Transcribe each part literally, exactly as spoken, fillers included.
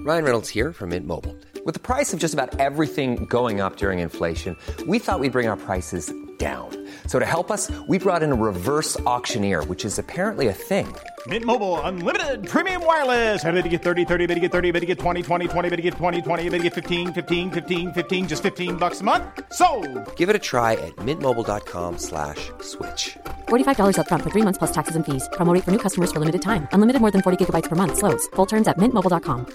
Ryan Reynolds here from Mint Mobile. With the price of just about everything going up during inflation, we thought we'd bring our prices down. So to help us, we brought in a reverse auctioneer, which is apparently a thing. Mint Mobile Unlimited Premium Wireless. How to get thirty, thirty, how to get thirty, how to get twenty, twenty, twenty, how to get twenty, twenty, how to get fifteen, fifteen, fifteen, fifteen, just fifteen bucks a month? Sold! Give it a try at mintmobile.com slash switch. forty-five dollars up front for three months plus taxes and fees. Promo rate for new customers for limited time. Unlimited more than forty gigabytes per month. Slows full terms at mint mobile dot com.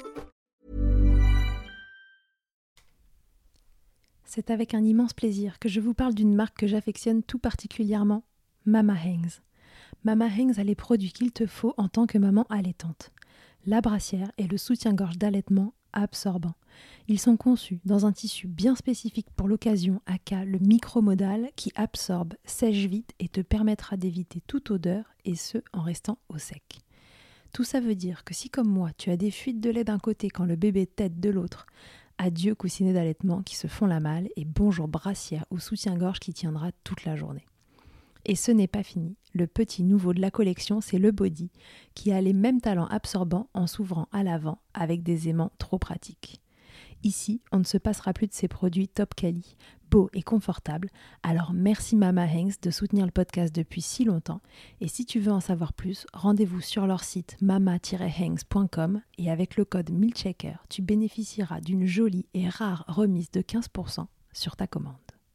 C'est avec un immense plaisir que je vous parle d'une marque que j'affectionne tout particulièrement, Mama Hanks. Mama Hanks a les produits qu'il te faut en tant que maman allaitante. La brassière et le soutien-gorge d'allaitement absorbant. Ils sont conçus dans un tissu bien spécifique pour l'occasion, aka le micromodal, qui absorbe, sèche vite et te permettra d'éviter toute odeur, et ce, en restant au sec. Tout ça veut dire que si, comme moi, tu as des fuites de lait d'un côté quand le bébé tète de l'autre, adieu coussinet d'allaitement qui se font la malle et bonjour brassière ou soutien-gorge qui tiendra toute la journée. Et ce n'est pas fini. Le petit nouveau de la collection, c'est le body, qui a les mêmes talents absorbants en s'ouvrant à l'avant avec des aimants trop pratiques. Ici, on ne se passera plus de ces produits top quali, beaux et confortables. Alors merci Mama Hanks de soutenir le podcast depuis si longtemps. Et si tu veux en savoir plus, rendez-vous sur leur site mama tiret hanks point com et avec le code MILCHECKER, tu bénéficieras d'une jolie et rare remise de quinze pour cent sur ta commande.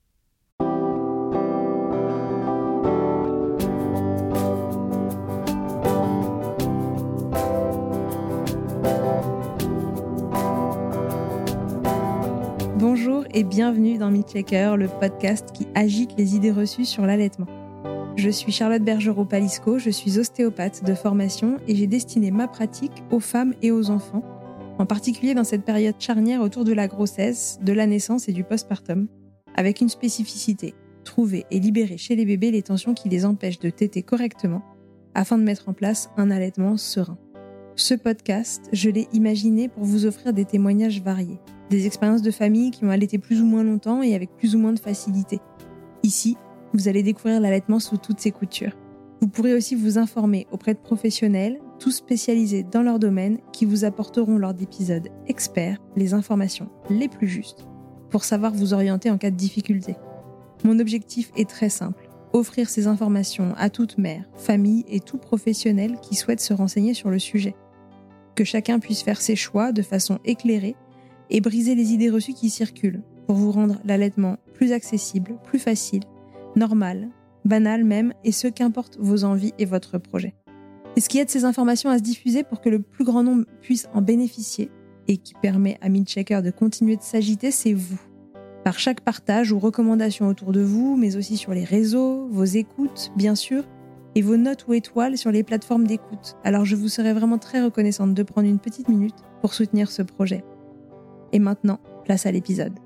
Bonjour et bienvenue dans Milkshaker, le podcast qui agite les idées reçues sur l'allaitement. Je suis Charlotte Bergerot-Palisco, je suis ostéopathe de formation et j'ai destiné ma pratique aux femmes et aux enfants, en particulier dans cette période charnière autour de la grossesse, de la naissance et du postpartum, avec une spécificité, trouver et libérer chez les bébés les tensions qui les empêchent de téter correctement, afin de mettre en place un allaitement serein. Ce podcast, je l'ai imaginé pour vous offrir des témoignages variés. Des expériences de famille qui ont allaité plus ou moins longtemps et avec plus ou moins de facilité. Ici, vous allez découvrir l'allaitement sous toutes ses coutures. Vous pourrez aussi vous informer auprès de professionnels, tous spécialisés dans leur domaine, qui vous apporteront lors d'épisodes experts les informations les plus justes pour savoir vous orienter en cas de difficulté. Mon objectif est très simple, offrir ces informations à toute mère, famille et tout professionnel qui souhaite se renseigner sur le sujet. Que chacun puisse faire ses choix de façon éclairée et briser les idées reçues qui circulent pour vous rendre l'allaitement plus accessible, plus facile, normal, banal même, et ce qu'importe vos envies et votre projet. Et ce qui aide ces informations à se diffuser pour que le plus grand nombre puisse en bénéficier et qui permet à Milkshaker de continuer de s'agiter, c'est vous. Par chaque partage ou recommandation autour de vous, mais aussi sur les réseaux, vos écoutes, bien sûr, et vos notes ou étoiles sur les plateformes d'écoute. Alors je vous serais vraiment très reconnaissante de prendre une petite minute pour soutenir ce projet. Et maintenant, place à l'épisode.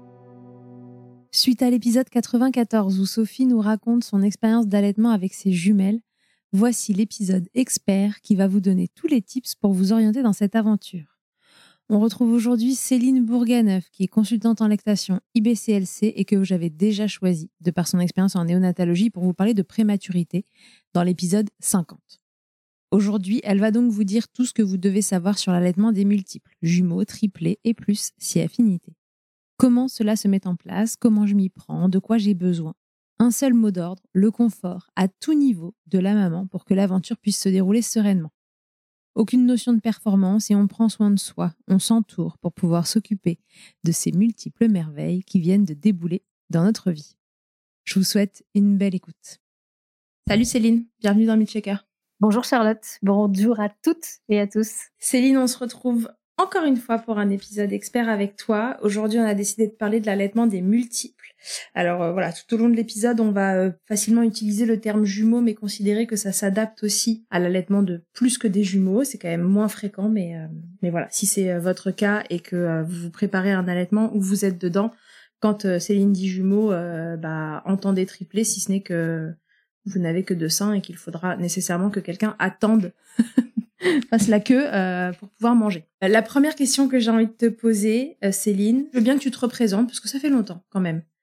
Suite à l'épisode quatre-vingt-quatorze où Sophie nous raconte son expérience d'allaitement avec ses jumelles, voici l'épisode expert qui va vous donner tous les tips pour vous orienter dans cette aventure. On retrouve aujourd'hui Céline Bourganeuf, qui est consultante en lactation I B C L C et que j'avais déjà choisie, de par son expérience en néonatologie, pour vous parler de prématurité dans l'épisode cinquante. Aujourd'hui, elle va donc vous dire tout ce que vous devez savoir sur l'allaitement des multiples, jumeaux, triplés et plus, si affinité. Comment cela se met en place, comment je m'y prends, de quoi j'ai besoin. Un seul mot d'ordre, le confort, à tout niveau de la maman pour que l'aventure puisse se dérouler sereinement. Aucune notion de performance et on prend soin de soi, on s'entoure pour pouvoir s'occuper de ces multiples merveilles qui viennent de débouler dans notre vie. Je vous souhaite une belle écoute. Salut Céline, bienvenue dans Milkshaker. Bonjour Charlotte, bonjour à toutes et à tous. Céline, on se retrouve encore une fois pour un épisode expert avec toi. Aujourd'hui, on a décidé de parler de l'allaitement des multiples. Alors euh, voilà, tout au long de l'épisode, on va euh, facilement utiliser le terme jumeaux, mais considérer que ça s'adapte aussi à l'allaitement de plus que des jumeaux. C'est quand même moins fréquent, mais euh, mais voilà, si c'est euh, votre cas et que euh, vous vous préparez à un allaitement ou vous êtes dedans, quand euh, Céline dit jumeaux, euh, bah entendez tripler, si ce n'est que vous n'avez que deux seins et qu'il faudra nécessairement que quelqu'un attende, fasse la queue euh, pour pouvoir manger. La première question que j'ai envie de te poser, euh, Céline, je veux bien que tu te représentes, parce que ça fait longtemps quand même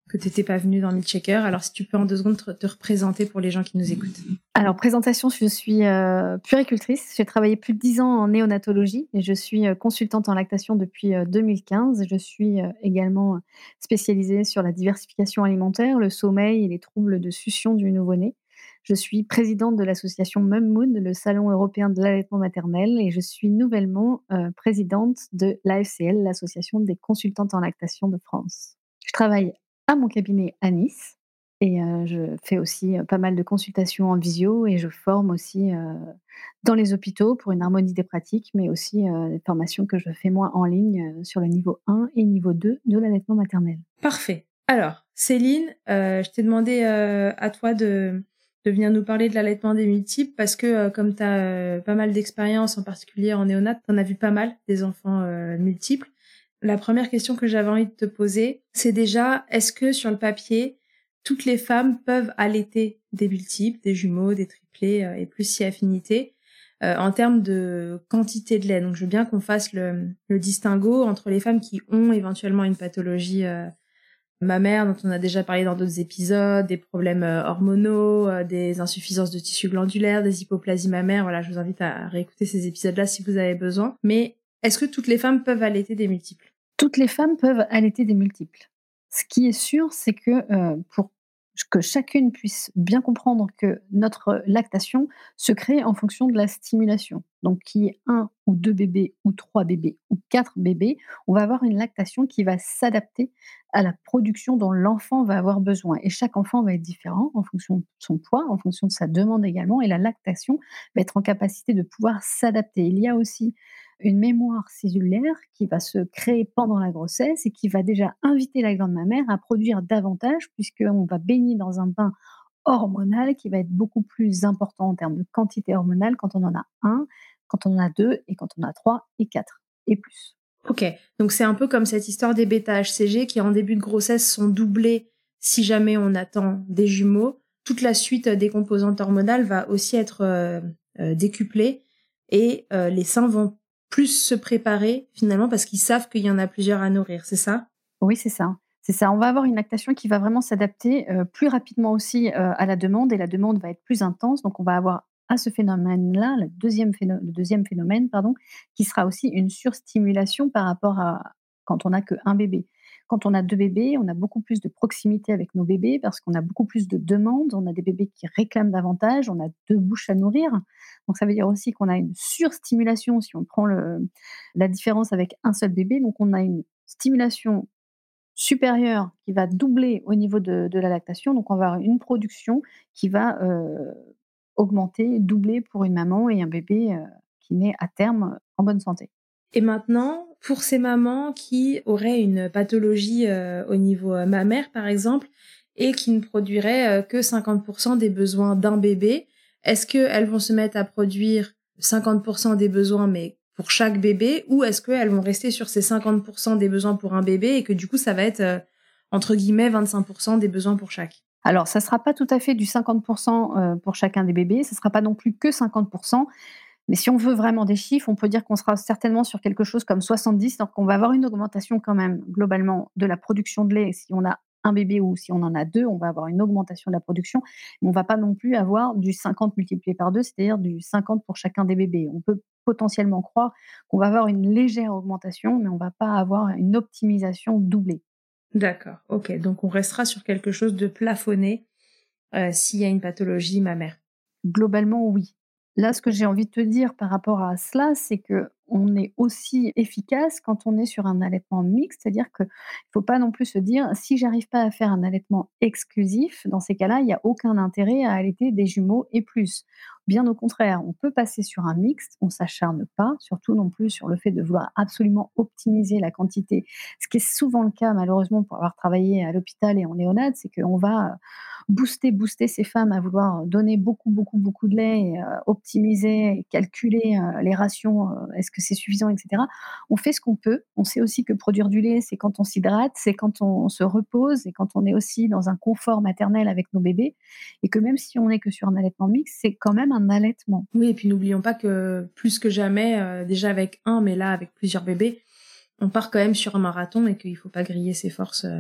que tu n'étais pas venue dans Milkshaker. Alors, si tu peux en deux secondes te, te représenter pour les gens qui nous écoutent. Alors, présentation, je suis euh, puéricultrice. J'ai travaillé plus de dix ans en néonatologie et je suis euh, consultante en lactation depuis euh, deux mille quinze. Je suis euh, également spécialisée sur la diversification alimentaire, le sommeil et les troubles de succion du nouveau-né. Je suis présidente de l'association Mummood, le Salon européen de l'allaitement maternel, et je suis nouvellement euh, présidente de l'A F C L, l'association des consultantes en lactation de France. Je travaille à mon cabinet à Nice et euh, je fais aussi euh, pas mal de consultations en visio et je forme aussi euh, dans les hôpitaux pour une harmonie des pratiques, mais aussi euh, des formations que je fais moi en ligne euh, sur le niveau un et niveau deux de l'allaitement maternel. Parfait. Alors, Céline, euh, je t'ai demandé euh, à toi de, de venir nous parler de l'allaitement des multiples parce que euh, comme tu as euh, pas mal d'expérience, en particulier en néonat, tu en as vu pas mal des enfants euh, multiples. La première question que j'avais envie de te poser, c'est déjà, est-ce que sur le papier, toutes les femmes peuvent allaiter des multiples, des jumeaux, des triplés euh, et plus si affinité euh, en termes de quantité de lait? Donc, je veux bien qu'on fasse le, le distinguo entre les femmes qui ont éventuellement une pathologie euh, mammaire, dont on a déjà parlé dans d'autres épisodes, des problèmes euh, hormonaux, euh, des insuffisances de tissu glandulaire, des hypoplasies mammaires. Voilà, je vous invite à réécouter ces épisodes-là si vous avez besoin. Mais est-ce que toutes les femmes peuvent allaiter des multiples? Toutes les femmes peuvent allaiter des multiples. Ce qui est sûr, c'est que euh, pour que chacune puisse bien comprendre que notre lactation se crée en fonction de la stimulation. Donc, qu'il y ait un ou deux bébés, ou trois bébés, ou quatre bébés, on va avoir une lactation qui va s'adapter à la production dont l'enfant va avoir besoin. Et chaque enfant va être différent en fonction de son poids, en fonction de sa demande également, et la lactation va être en capacité de pouvoir s'adapter. Il y a aussi une mémoire cellulaire qui va se créer pendant la grossesse et qui va déjà inviter la glande mammaire à produire davantage puisqu'on va baigner dans un bain hormonal qui va être beaucoup plus important en termes de quantité hormonale quand on en a un, quand on en a deux et quand on en a trois et quatre et plus. Ok, donc c'est un peu comme cette histoire des bêta-H C G qui en début de grossesse sont doublés si jamais on attend des jumeaux. Toute la suite des composantes hormonales va aussi être euh, euh, décuplée et euh, les seins vont plus se préparer finalement parce qu'ils savent qu'il y en a plusieurs à nourrir, c'est ça? Oui, c'est ça. C'est ça. On va avoir une lactation qui va vraiment s'adapter euh, plus rapidement aussi euh, à la demande et la demande va être plus intense. Donc, on va avoir à ce phénomène-là, le deuxième, phéno- le deuxième phénomène, pardon, qui sera aussi une surstimulation par rapport à quand on n'a qu'un bébé. Quand on a deux bébés, on a beaucoup plus de proximité avec nos bébés parce qu'on a beaucoup plus de demandes. On a des bébés qui réclament davantage. On a deux bouches à nourrir. Donc, ça veut dire aussi qu'on a une surstimulation si on prend le, la différence avec un seul bébé. Donc, on a une stimulation supérieure qui va doubler au niveau de, de la lactation. Donc, on va avoir une production qui va euh, augmenter, doubler pour une maman et un bébé euh, qui naît à terme en bonne santé. Et maintenant, pour ces mamans qui auraient une pathologie euh, au niveau euh, mammaire, par exemple, et qui ne produiraient euh, que cinquante pour cent des besoins d'un bébé, est-ce qu'elles vont se mettre à produire cinquante pour cent des besoins, mais pour chaque bébé, ou est-ce qu'elles vont rester sur ces cinquante pour cent des besoins pour un bébé et que du coup, ça va être, euh, entre guillemets, vingt-cinq pour cent des besoins pour chaque? Alors, ça ne sera pas tout à fait du cinquante pour cent euh, pour chacun des bébés, ce ne sera pas non plus que cinquante pour cent. Mais si on veut vraiment des chiffres, on peut dire qu'on sera certainement sur quelque chose comme soixante-dix. Donc, on va avoir une augmentation quand même, globalement, de la production de lait. Si on a un bébé ou si on en a deux, on va avoir une augmentation de la production. Mais on ne va pas non plus avoir du cinquante multiplié par deux, c'est-à-dire du cinquante pour chacun des bébés. On peut potentiellement croire qu'on va avoir une légère augmentation, mais on ne va pas avoir une optimisation doublée. D'accord, ok. Donc, on restera sur quelque chose de plafonné euh, s'il y a une pathologie mammaire. Globalement, oui. Là, ce que j'ai envie de te dire par rapport à cela, c'est que on est aussi efficace quand on est sur un allaitement mixte, c'est-à-dire qu'il ne faut pas non plus se dire si j'arrive pas à faire un allaitement exclusif, dans ces cas-là, il n'y a aucun intérêt à allaiter des jumeaux et plus. Bien au contraire, on peut passer sur un mixte, on ne s'acharne pas, surtout non plus sur le fait de vouloir absolument optimiser la quantité. Ce qui est souvent le cas, malheureusement, pour avoir travaillé à l'hôpital et en néonate, c'est qu'on va booster, booster ces femmes à vouloir donner beaucoup, beaucoup, beaucoup de lait, et, euh, optimiser, et calculer euh, les rations, euh, est-ce que c'est suffisant, et cetera. On fait ce qu'on peut. On sait aussi que produire du lait, c'est quand on s'hydrate, c'est quand on se repose et quand on est aussi dans un confort maternel avec nos bébés. Et que même si on n'est que sur un allaitement mixte, c'est quand même un allaitement. Oui, et puis n'oublions pas que plus que jamais, euh, déjà avec un, mais là avec plusieurs bébés, on part quand même sur un marathon et qu'il ne faut pas griller ses forces euh,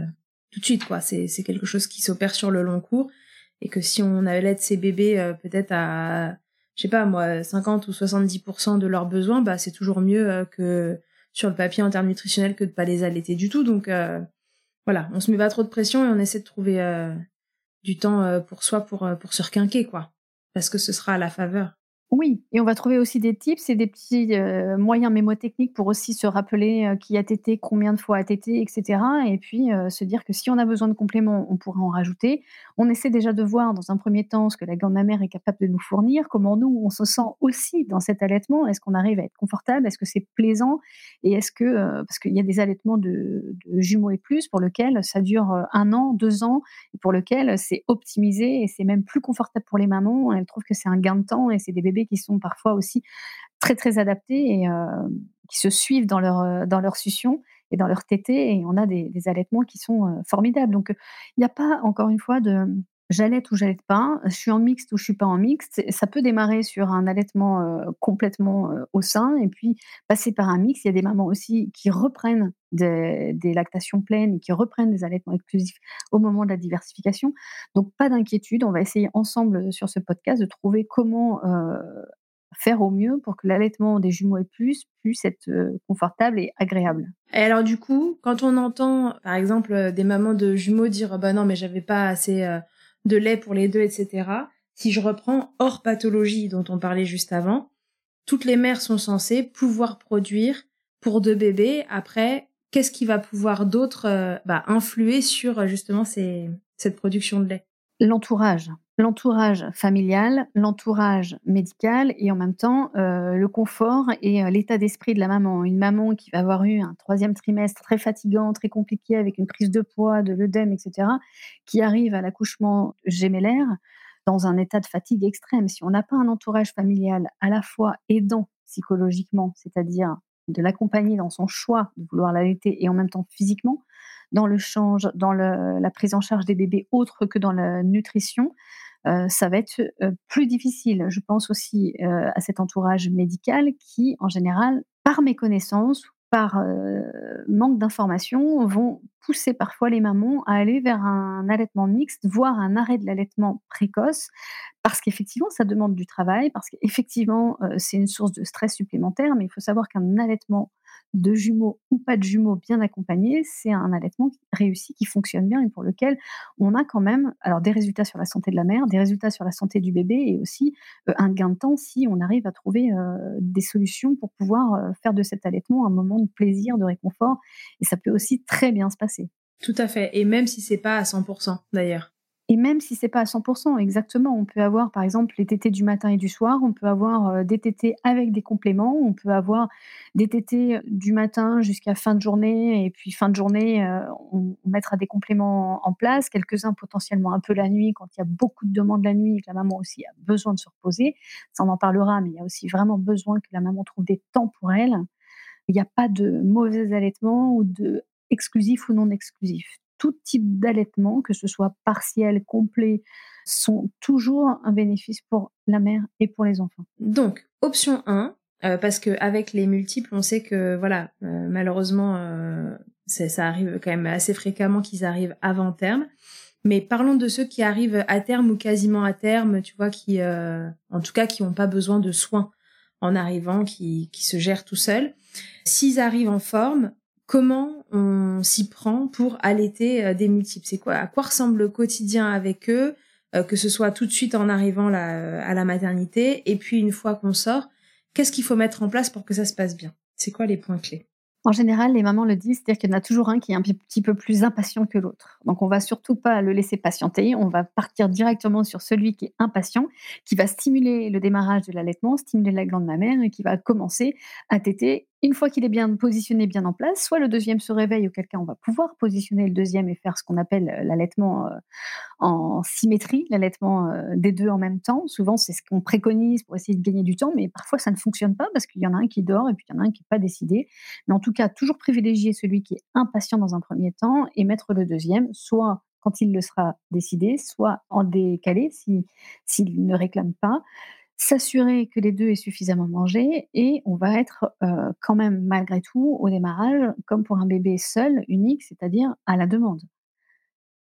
tout de suite, quoi. C'est, c'est quelque chose qui s'opère sur le long cours et que si on allait ses bébés euh, peut-être à, je sais pas moi, cinquante ou soixante-dix pour cent de leurs besoins, bah c'est toujours mieux euh, que sur le papier en termes nutritionnels que de pas les allaiter du tout. Donc euh, voilà, on se met pas trop de pression et on essaie de trouver euh, du temps euh, pour soi pour euh, pour se requinquer, quoi, parce que ce sera à la faveur. Oui, et on va trouver aussi des tips et des petits, heu, moyens mémotechniques pour aussi se rappeler, heu, qui a tété, combien de fois a tété et cetera et puis, heu, se dire que si on a besoin de compléments, on pourra en rajouter. On essaie déjà de voir dans un premier temps ce que la glande mammaire est capable de nous fournir, comment nous, on se sent aussi dans cet allaitement. Est-ce qu'on arrive à être confortable? Est-ce que c'est plaisant? Et est-ce que, heu, parce qu'il y a des allaitements de de jumeaux et plus pour lequel ça dure, heu, un an, deux ans et pour lequel c'est optimisé et c'est même plus confortable pour les mamans. Elles trouvent que c'est un gain de temps et c'est des bébés qui sont parfois aussi très, très adaptés et heu, qui se suivent dans leur, heu, dans leur succion et dans leur tétée et on a des des allaitements qui sont, heu, formidables. Donc, heu, il n'y a pas encore une fois de j'allaite ou j'allaite pas, je suis en mixte ou je suis pas en mixte. Ça peut démarrer sur un allaitement, heu, complètement, heu, au sein et puis passer par un mix. Il y a des mamans aussi qui reprennent des des lactations pleines et qui reprennent des allaitements exclusifs au moment de la diversification. Donc pas d'inquiétude, on va essayer ensemble, sur ce podcast de trouver comment, heu, faire au mieux pour que l'allaitement des jumeaux et plus puisse être, heu, confortable et agréable. Et alors du coup, quand on entend, par exemple, euh, des mamans de jumeaux dire: «Oh bah non, mais j'avais pas assez euh, de lait pour les deux, et cetera» Si je reprends hors pathologie dont on parlait juste avant, toutes les mères sont censées pouvoir produire pour deux bébés. Après, qu'est-ce qui va pouvoir d'autre euh, bah, influer sur euh, justement ces, cette production de lait? L'entourage, l'entourage familial, l'entourage médical et en même temps, heu, le confort et heu, l'état d'esprit de la maman. Une maman qui va avoir eu un troisième trimestre très fatigant, très compliqué avec une prise de poids, de l'œdème et cetera, qui arrive à l'accouchement gémellaire dans un état de fatigue extrême. Si on n'a pas un entourage familial à la fois aidant psychologiquement, c'est-à-dire de l'accompagner dans son choix de vouloir l'allaiter et en même temps physiquement, dans le change, dans le la prise en charge des bébés autre que dans la nutrition, heu, ça va être, heu, plus difficile. Je pense aussi, heu, à cet entourage médical qui, en général, par méconnaissance, par, heu, manque d'information, vont pousser parfois les mamans à aller vers un allaitement mixte, voire un arrêt de l'allaitement précoce. Parce qu'effectivement, ça demande du travail, parce qu'effectivement, heu, c'est une source de stress supplémentaire, mais il faut savoir qu'un allaitement de jumeaux ou pas de jumeaux bien accompagnés, c'est un allaitement qui réussi, qui fonctionne bien et pour lequel on a quand même alors des résultats sur la santé de la mère, des résultats sur la santé du bébé et aussi, heu, un gain de temps si on arrive à trouver, heu, des solutions pour pouvoir, heu, faire de cet allaitement un moment de plaisir, de réconfort et ça peut aussi très bien se passer. Tout à fait. Et même si c'est pas à cent pour cent d'ailleurs. Et même si c'est pas à cent pour cent, exactement. On peut avoir, par exemple, les tétés du matin et du soir. On peut avoir, heu, des tétés avec des compléments. On peut avoir des tétés du matin jusqu'à fin de journée et puis fin de journée, heu, on on mettra des compléments en place, quelques-uns potentiellement un peu la nuit quand il y a beaucoup de demandes la nuit et que la maman aussi a besoin de se reposer. Ça, on en parlera, mais il y a aussi vraiment besoin que la maman trouve des temps pour elle. Il n'y a pas de mauvais allaitement ou de exclusif ou non exclusif. Tout type d'allaitement, que ce soit partiel, complet, sont toujours un bénéfice pour la mère et pour les enfants. Donc, option un, euh, parce que avec les multiples, on sait que voilà, euh, malheureusement, euh, c'est- ça arrive quand même assez fréquemment qu'ils arrivent avant terme. Mais parlons de ceux qui arrivent à terme ou quasiment à terme, tu vois, qui, euh, en tout cas, qui n'ont pas besoin de soins en arrivant, qui, qui se gèrent tout seuls. S'ils arrivent en forme, comment on s'y prend pour allaiter euh, des multiples? C'est quoi, à quoi ressemble le quotidien avec eux, euh, que ce soit tout de suite en arrivant là, à la maternité, et puis une fois qu'on sort, qu'est-ce qu'il faut mettre en place pour que ça se passe bien? C'est quoi les points clés? En général, les mamans le disent, c'est-à-dire qu'il y en a toujours un qui est un petit peu plus impatient que l'autre. Donc, on va surtout pas le laisser patienter. On va partir directement sur celui qui est impatient, qui va stimuler le démarrage de l'allaitement, stimuler la glande mammaire et qui va commencer à téter. Une fois qu'il est bien positionné, bien en place, soit le deuxième se réveille, auquel cas on va pouvoir positionner le deuxième et faire ce qu'on appelle euh, l'allaitement euh, en symétrie, l'allaitement euh, des deux en même temps. Souvent, c'est ce qu'on préconise pour essayer de gagner du temps, mais parfois ça ne fonctionne pas parce qu'il y en a un qui dort et puis il y en a un qui n'est pas décidé. Mais en tout cas, toujours privilégier celui qui est impatient dans un premier temps et mettre le deuxième, soit quand il le sera décidé, soit en décalé si, s'il ne réclame pas. S'assurer que les deux aient suffisamment mangé et on va être euh, quand même malgré tout au démarrage comme pour un bébé seul, unique, c'est-à-dire à la demande.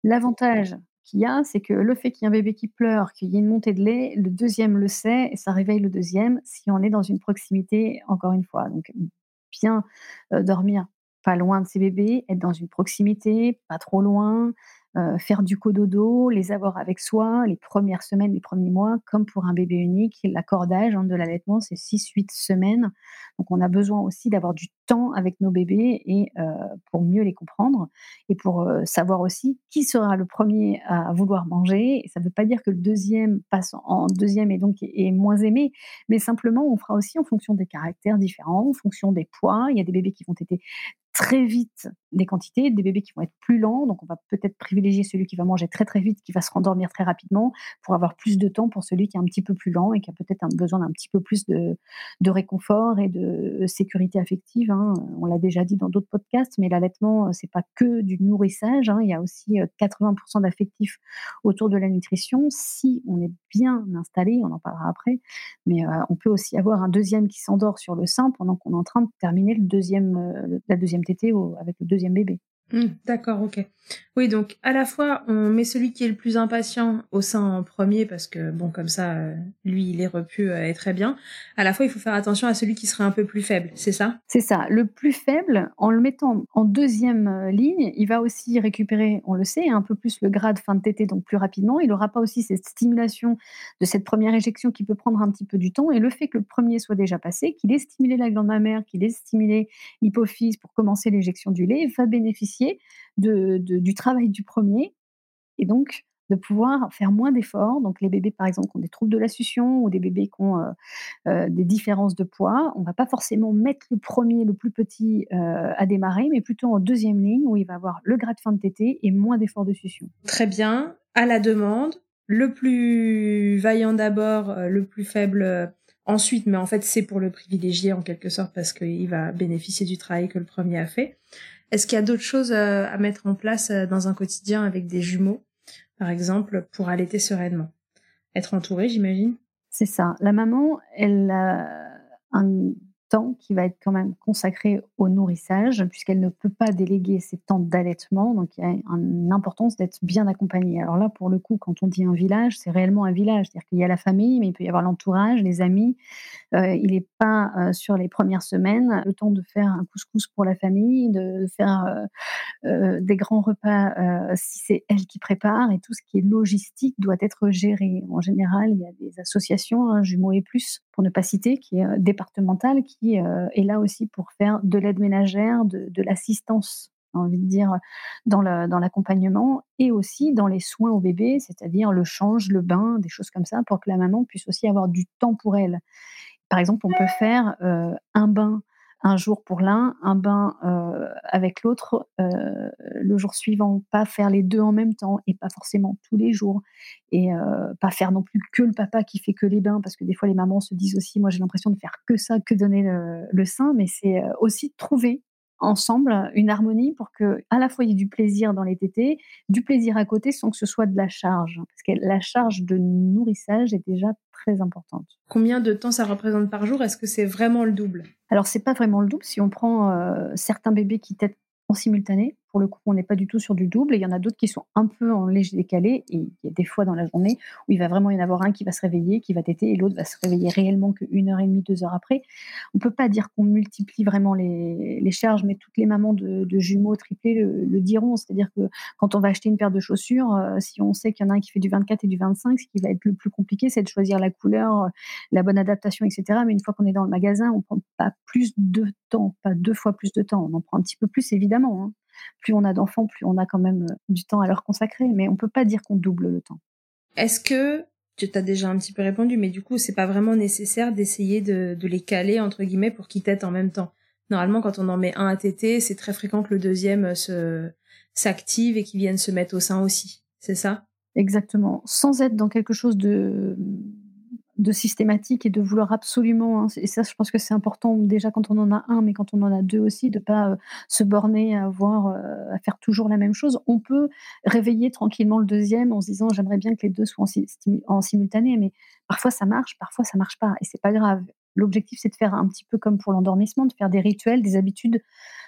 L'avantage qu'il y a, c'est que le fait qu'il y ait un bébé qui pleure, qu'il y ait une montée de lait, le deuxième le sait et ça réveille le deuxième si on est dans une proximité, encore une fois. Donc bien, heu, dormir pas loin de ses bébés, être dans une proximité, pas trop loin, heu, faire du cododo, les avoir avec soi les premières semaines, les premiers mois, comme pour un bébé unique. L'accordage, hein, de l'allaitement, c'est six huit semaines. Donc on a besoin aussi d'avoir du temps avec nos bébés et heu, pour mieux les comprendre et pour, heu, savoir aussi qui sera le premier à vouloir manger. Et ça ne veut pas dire que le deuxième passe en deuxième et donc est est moins aimé, mais simplement on fera aussi en fonction des caractères différents, en fonction des poids. Il y a des bébés qui vont téter très vite les quantités, des bébés qui vont être plus lents, donc on va peut-être privilégier celui qui va manger très, très vite, qui va se rendormir très rapidement, pour avoir plus de temps pour celui qui est un petit peu plus lent et qui a peut-être un besoin d'un petit peu plus de de réconfort et de sécurité affective, hein. On l'a déjà dit dans d'autres podcasts, mais l'allaitement, heu, c'est pas que du nourrissage, hein. Il y a aussi, heu, quatre-vingts d'affectif autour de la nutrition. Si on est bien installé, on en parlera après, mais heu, on peut aussi avoir un deuxième qui s'endort sur le sein pendant qu'on est en train de terminer le deuxième, heu, la deuxième tétée au avec le deuxième bébé. Mmh, d'accord, OK. Oui, donc à la fois, on met celui qui est le plus impatient au sein en premier parce que bon, comme ça, heu, lui, il est repu, heu, et très bien. À la fois, il faut faire attention à celui qui serait un peu plus faible, c'est ça? C'est ça, le plus faible, en le mettant en deuxième e ligne, il va aussi récupérer, on le sait, un peu plus le gras de fin de tétée, donc plus rapidement. Il aura pas aussi cette stimulation de cette première éjection qui peut prendre un petit peu du temps et le fait que le premier soit déjà passé, qu'il ait stimulé la glande mammaire, qu'il ait stimulé l'hypophyse pour commencer l'éjection du lait, va bénéficier de de du travail du premier et donc de pouvoir faire moins d'efforts. Donc les bébés, par exemple, qui ont des troubles de la succion ou des bébés qui ont, heu heu, des différences de poids, on va pas forcément mettre le premier, le plus petit, heu, à démarrer, mais plutôt en deuxième ligne où il va avoir le gras de fin de tétée et moins d'efforts de succion. Très bien, à la demande, le plus vaillant d'abord, heu, le plus faible, heu, ensuite, mais en fait, c'est pour le privilégier en quelque sorte parce qu'il va bénéficier du travail que le premier a fait. Est-ce qu'il y a d'autres choses, heu, à mettre en place, heu, dans un quotidien avec des jumeaux, par exemple, pour allaiter sereinement? Être entouré, j'imagine? C'est ça. La maman, elle a un temps qui va être quand même consacré au nourrissage, puisqu'elle ne peut pas déléguer ses temps d'allaitement, donc il y a un une importance d'être bien accompagnée. Alors là, pour le coup, quand on dit un village, c'est réellement un village, c'est-à-dire qu'il y a la famille, mais il peut y avoir l'entourage, les amis. Heu, il est pas, heu, sur les premières semaines, le temps de faire un couscous pour la famille, de faire, heu heu, des grands repas, heu, si c'est elle qui prépare et tout ce qui est logistique doit être géré. En général, il y a des associations, hein, Jumeaux et Plus, pour ne pas citer, qui est, heu, départementale, qui, heu, est là aussi pour faire de l'aide ménagère, de de l'assistance, j'ai envie de dire, dans le dans l'accompagnement et aussi dans les soins au bébé, c'est-à-dire le change, le bain, des choses comme ça, pour que la maman puisse aussi avoir du temps pour elle. Par exemple, on peut faire, heu, un bain un jour pour l'un, un bain, heu, avec l'autre, heu, le jour suivant. Pas faire les deux en même temps et pas forcément tous les jours et heu, pas faire non plus que le papa qui fait que les bains parce que des fois les mamans se disent aussi: «Moi j'ai l'impression de faire que ça, que donner le le sein», mais c'est, heu, aussi de trouver ensemble une harmonie pour que à la fois il y ait du plaisir dans les tétés, du plaisir à côté sans que ce soit de la charge. Parce que la charge de nourrissage est déjà très importante. Combien de temps ça représente par jour? Est-ce que c'est vraiment le double? Alors c'est pas vraiment le double si on prend, heu, certains bébés qui tètent en simultané. Pour le coup, on n'est pas du tout sur du double et il y en a d'autres qui sont un peu en léger décalé et il y a des fois dans la journée où il va vraiment y en avoir un qui va se réveiller, qui va téter et l'autre va se réveiller réellement qu'une heure et demie, deux heures après. On peut pas dire qu'on multiplie vraiment les les charges, mais toutes les mamans de de jumeaux triplés le le diront. C'est-à-dire que quand on va acheter une paire de chaussures, heu, si on sait qu'il y en a un qui fait du vingt-quatre et du vingt-cinq, ce qui va être le plus compliqué, c'est de choisir la couleur, la bonne adaptation et cetera. Mais une fois qu'on est dans le magasin, on prend pas plus de temps, pas deux fois plus de temps. On en prend un petit peu plus évidemment, hein. Plus on a d'enfants, plus on a quand même, heu, du temps à leur consacrer, mais on peut pas dire qu'on double le temps. Est-ce que tu as déjà un petit peu répondu, mais du coup, c'est pas vraiment nécessaire d'essayer de de les «caler» entre guillemets pour qu'ils tètent en même temps? Normalement, quand on en met un à téter, c'est très fréquent que le deuxième heu, se s'active et qu'il vienne se mettre au sein aussi, c'est ça? Exactement, sans être dans quelque chose de, mmh, de systématique et de vouloir absolument, hein, et ça je pense que c'est important déjà quand on en a un, mais quand on en a deux aussi, de pas, heu, se borner à avoir, heu, à faire toujours la même chose. On peut réveiller tranquillement le deuxième en se disant: «J'aimerais bien que les deux soient en si stimu en simultané», mais parfois ça marche, parfois ça marche pas et c'est pas grave. L'objectif, c'est de faire un petit peu comme pour l'endormissement, de faire des rituels, des habitudes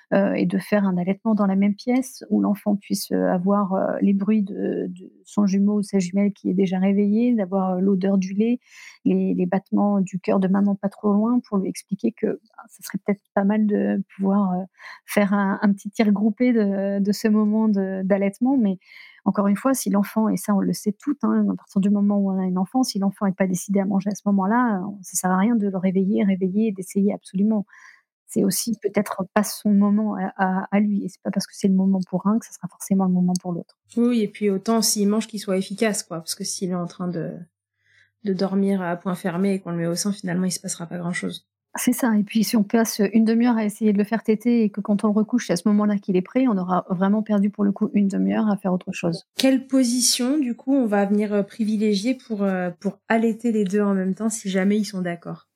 euh, et de faire un allaitement dans la même pièce où l'enfant puisse euh, avoir euh, les bruits de, de son jumeau ou sa jumelle qui est déjà réveillée, d'avoir euh, l'odeur du lait, les, les battements du cœur de maman pas trop loin pour lui expliquer que bah, ça serait peut-être pas mal de pouvoir euh, faire un, un petit tir groupé de, de ce moment de- d'allaitement. Mais encore une fois, si l'enfant, et ça on le sait toutes, hein, à partir du moment où on a un enfant, si l'enfant n'est pas décidé à manger à ce moment-là, euh, ça sert à rien de le réveiller, réveiller et d'essayer absolument. C'est aussi peut-être pas son moment à, à- à lui. Et c'est pas parce que c'est le moment pour un que ce sera forcément le moment pour l'autre. Oui, et puis autant s'il mange qu'il soit efficace, quoi. Parce que s'il est en train de, de dormir à point fermé et qu'on le met au sein, finalement, il se passera pas grand-chose. C'est ça. Et puis si on passe une demi-heure à essayer de le faire téter et que quand on le recouche, c'est à ce moment-là qu'il est prêt, on aura vraiment perdu pour le coup une demi-heure à faire autre chose. Quelle position, du coup, on va venir euh, privilégier pour, euh, pour allaiter les deux en même temps, si jamais ils sont d'accord?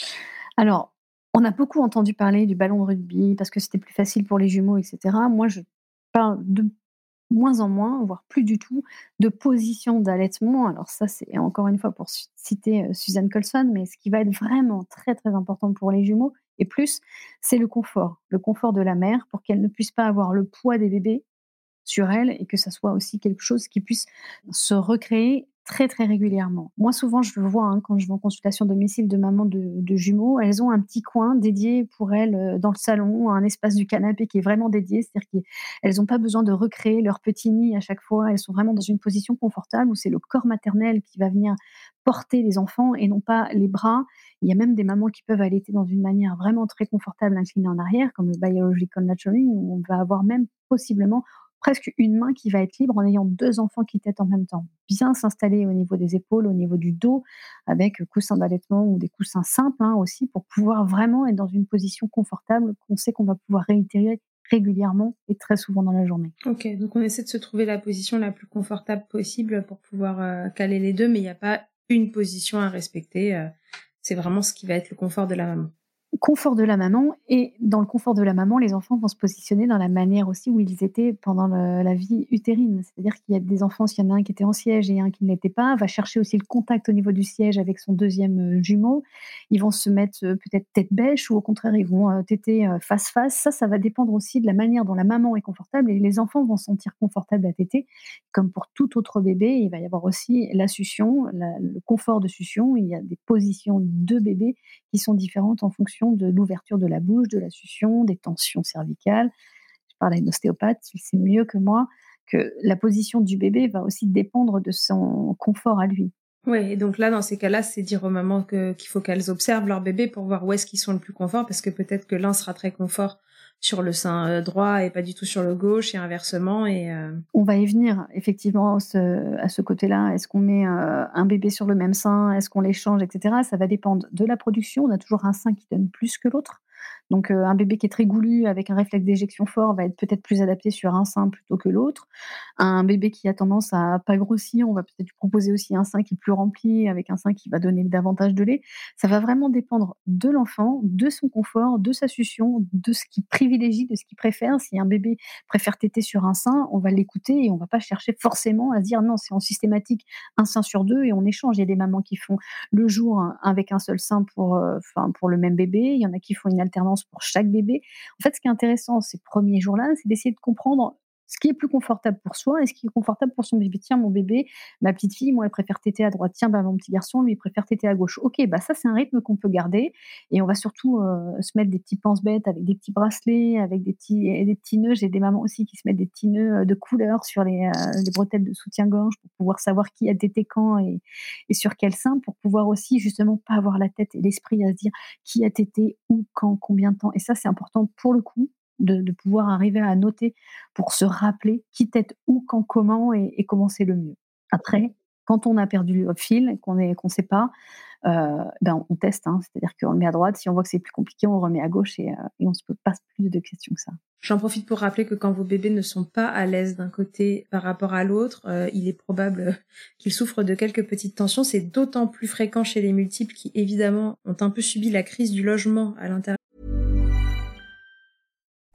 Alors, on a beaucoup entendu parler du ballon de rugby parce que c'était plus facile pour les jumeaux, et cetera. Moi, je parle de moins en moins, voire plus du tout, de position d'allaitement. Alors ça, c'est encore une fois pour ci citer, heu, Suzanne Colson, mais ce qui va être vraiment très, très important pour les jumeaux et plus, c'est le confort. Le confort de la mère pour qu'elle ne puisse pas avoir le poids des bébés sur elle et que ça soit aussi quelque chose qui puisse se recréer très, très régulièrement. Moi, souvent, je le vois, hein, quand je vais en consultation domicile de mamans de de jumeaux, elles ont un petit coin dédié pour elles, heu, dans le salon, un espace du canapé qui est vraiment dédié. C'est-à-dire qu'elles n'ont pas besoin de recréer leur petit nid à chaque fois. Elles sont vraiment dans une position confortable où c'est le corps maternel qui va venir porter les enfants et non pas les bras. Il y a même des mamans qui peuvent allaiter dans une manière vraiment très confortable, inclinée en arrière, comme le biological nurturing, où on va avoir même possiblement presque une main qui va être libre en ayant deux enfants qui tètent en même temps. Bien s'installer au niveau des épaules, au niveau du dos, avec coussin d'allaitement ou des coussins simples, hein, aussi, pour pouvoir vraiment être dans une position confortable qu'on sait qu'on va pouvoir réitérer régulièrement et très souvent dans la journée. Ok, donc on essaie de se trouver la position la plus confortable possible pour pouvoir euh, caler les deux, mais il n'y a pas une position à respecter. euh, c'est vraiment ce qui va être le confort de la maman. Confort de la maman, et dans le confort de la maman, les enfants vont se positionner dans la manière aussi où ils étaient pendant le la vie utérine. C'est-à-dire qu'il y a des enfants, s'il y en a un qui était en siège et un qui ne l'était pas, va chercher aussi le contact au niveau du siège avec son deuxième heu, jumeau. Ils vont se mettre, heu, peut-être tête bêche ou au contraire ils vont, heu, téter, heu, face face. Ça, ça va dépendre aussi de la manière dont la maman est confortable, et les enfants vont se sentir confortables à téter. Comme pour tout autre bébé, il va y avoir aussi la succion, la le confort de succion. Il y a des positions de bébé qui sont différentes en fonction de l'ouverture de la bouche, de la succion, des tensions cervicales. Je parle à une ostéopathe, il sait mieux que moi que la position du bébé va aussi dépendre de son confort à lui. Ouais, et donc là, dans ces cas-là, c'est dire aux mamans que, qu'il faut qu'elles observent leur bébé pour voir où est-ce qu'ils sont le plus confort, parce que peut-être que l'un sera très confort sur le sein euh, droit et pas du tout sur le gauche, et inversement. Et euh... On va y venir effectivement à ce, à ce côté-là. Est-ce qu'on met euh, un bébé sur le même sein? Est-ce qu'on l'échange, et cetera. Ça va dépendre de la production. On a toujours un sein qui donne plus que l'autre. Donc euh, un bébé qui est très goulu avec un réflexe d'éjection fort va être peut-être plus adapté sur un sein plutôt que l'autre. Un bébé qui a tendance à pas grossir, on va peut-être lui proposer aussi un sein qui est plus rempli, avec un sein qui va donner davantage de lait. Ça va vraiment dépendre de l'enfant, de son confort, de sa succion, de ce qu'il privilégie, de ce qu'il préfère. Si un bébé préfère téter sur un sein, on va l'écouter et on va pas chercher forcément à se dire non, c'est en systématique un sein sur deux et on échange. Il y a des mamans qui font le jour un- avec un seul sein pour, euh, enfin, pour le même bébé. Il y en a qui font une alternance pour chaque bébé. En fait, ce qui est intéressant ces premiers jours-là, c'est d'essayer de comprendre ce qui est plus confortable pour soi et ce qui est confortable pour son bébé. Tiens, mon bébé, ma petite fille, moi, elle préfère téter à droite. Tiens, bah, mon petit garçon, lui, il préfère téter à gauche. Ok, bah ça, c'est un rythme qu'on peut garder. Et on va surtout euh, se mettre des petits pense-bêtes avec des petits bracelets, avec des petits, et des petits nœuds. J'ai des mamans aussi qui se mettent des petits nœuds euh, de couleur sur les, euh, les bretelles de soutien-gorge pour pouvoir savoir qui a tété quand et, et sur quel sein, pour pouvoir aussi justement pas avoir la tête et l'esprit à se dire qui a tété, où, quand, combien de temps. Et ça, c'est important pour le coup de, de pouvoir arriver à noter pour se rappeler qui tète où, quand, comment et, et comment c'est le mieux. Après, quand on a perdu le fil et qu'on est qu'on sait pas, heu, ben, on teste, hein. C'est-à-dire qu'on le met à droite, si on voit que c'est plus compliqué, on le remet à gauche et heu et on se pose pas plus de questions que ça. J'en profite pour rappeler que quand vos bébés ne sont pas à l'aise d'un côté par rapport à l'autre, euh, il est probable euh, qu'ils souffrent de quelques petites tensions. C'est d'autant plus fréquent chez les multiples qui, évidemment, ont un peu subi la crise du logement à l'intérieur.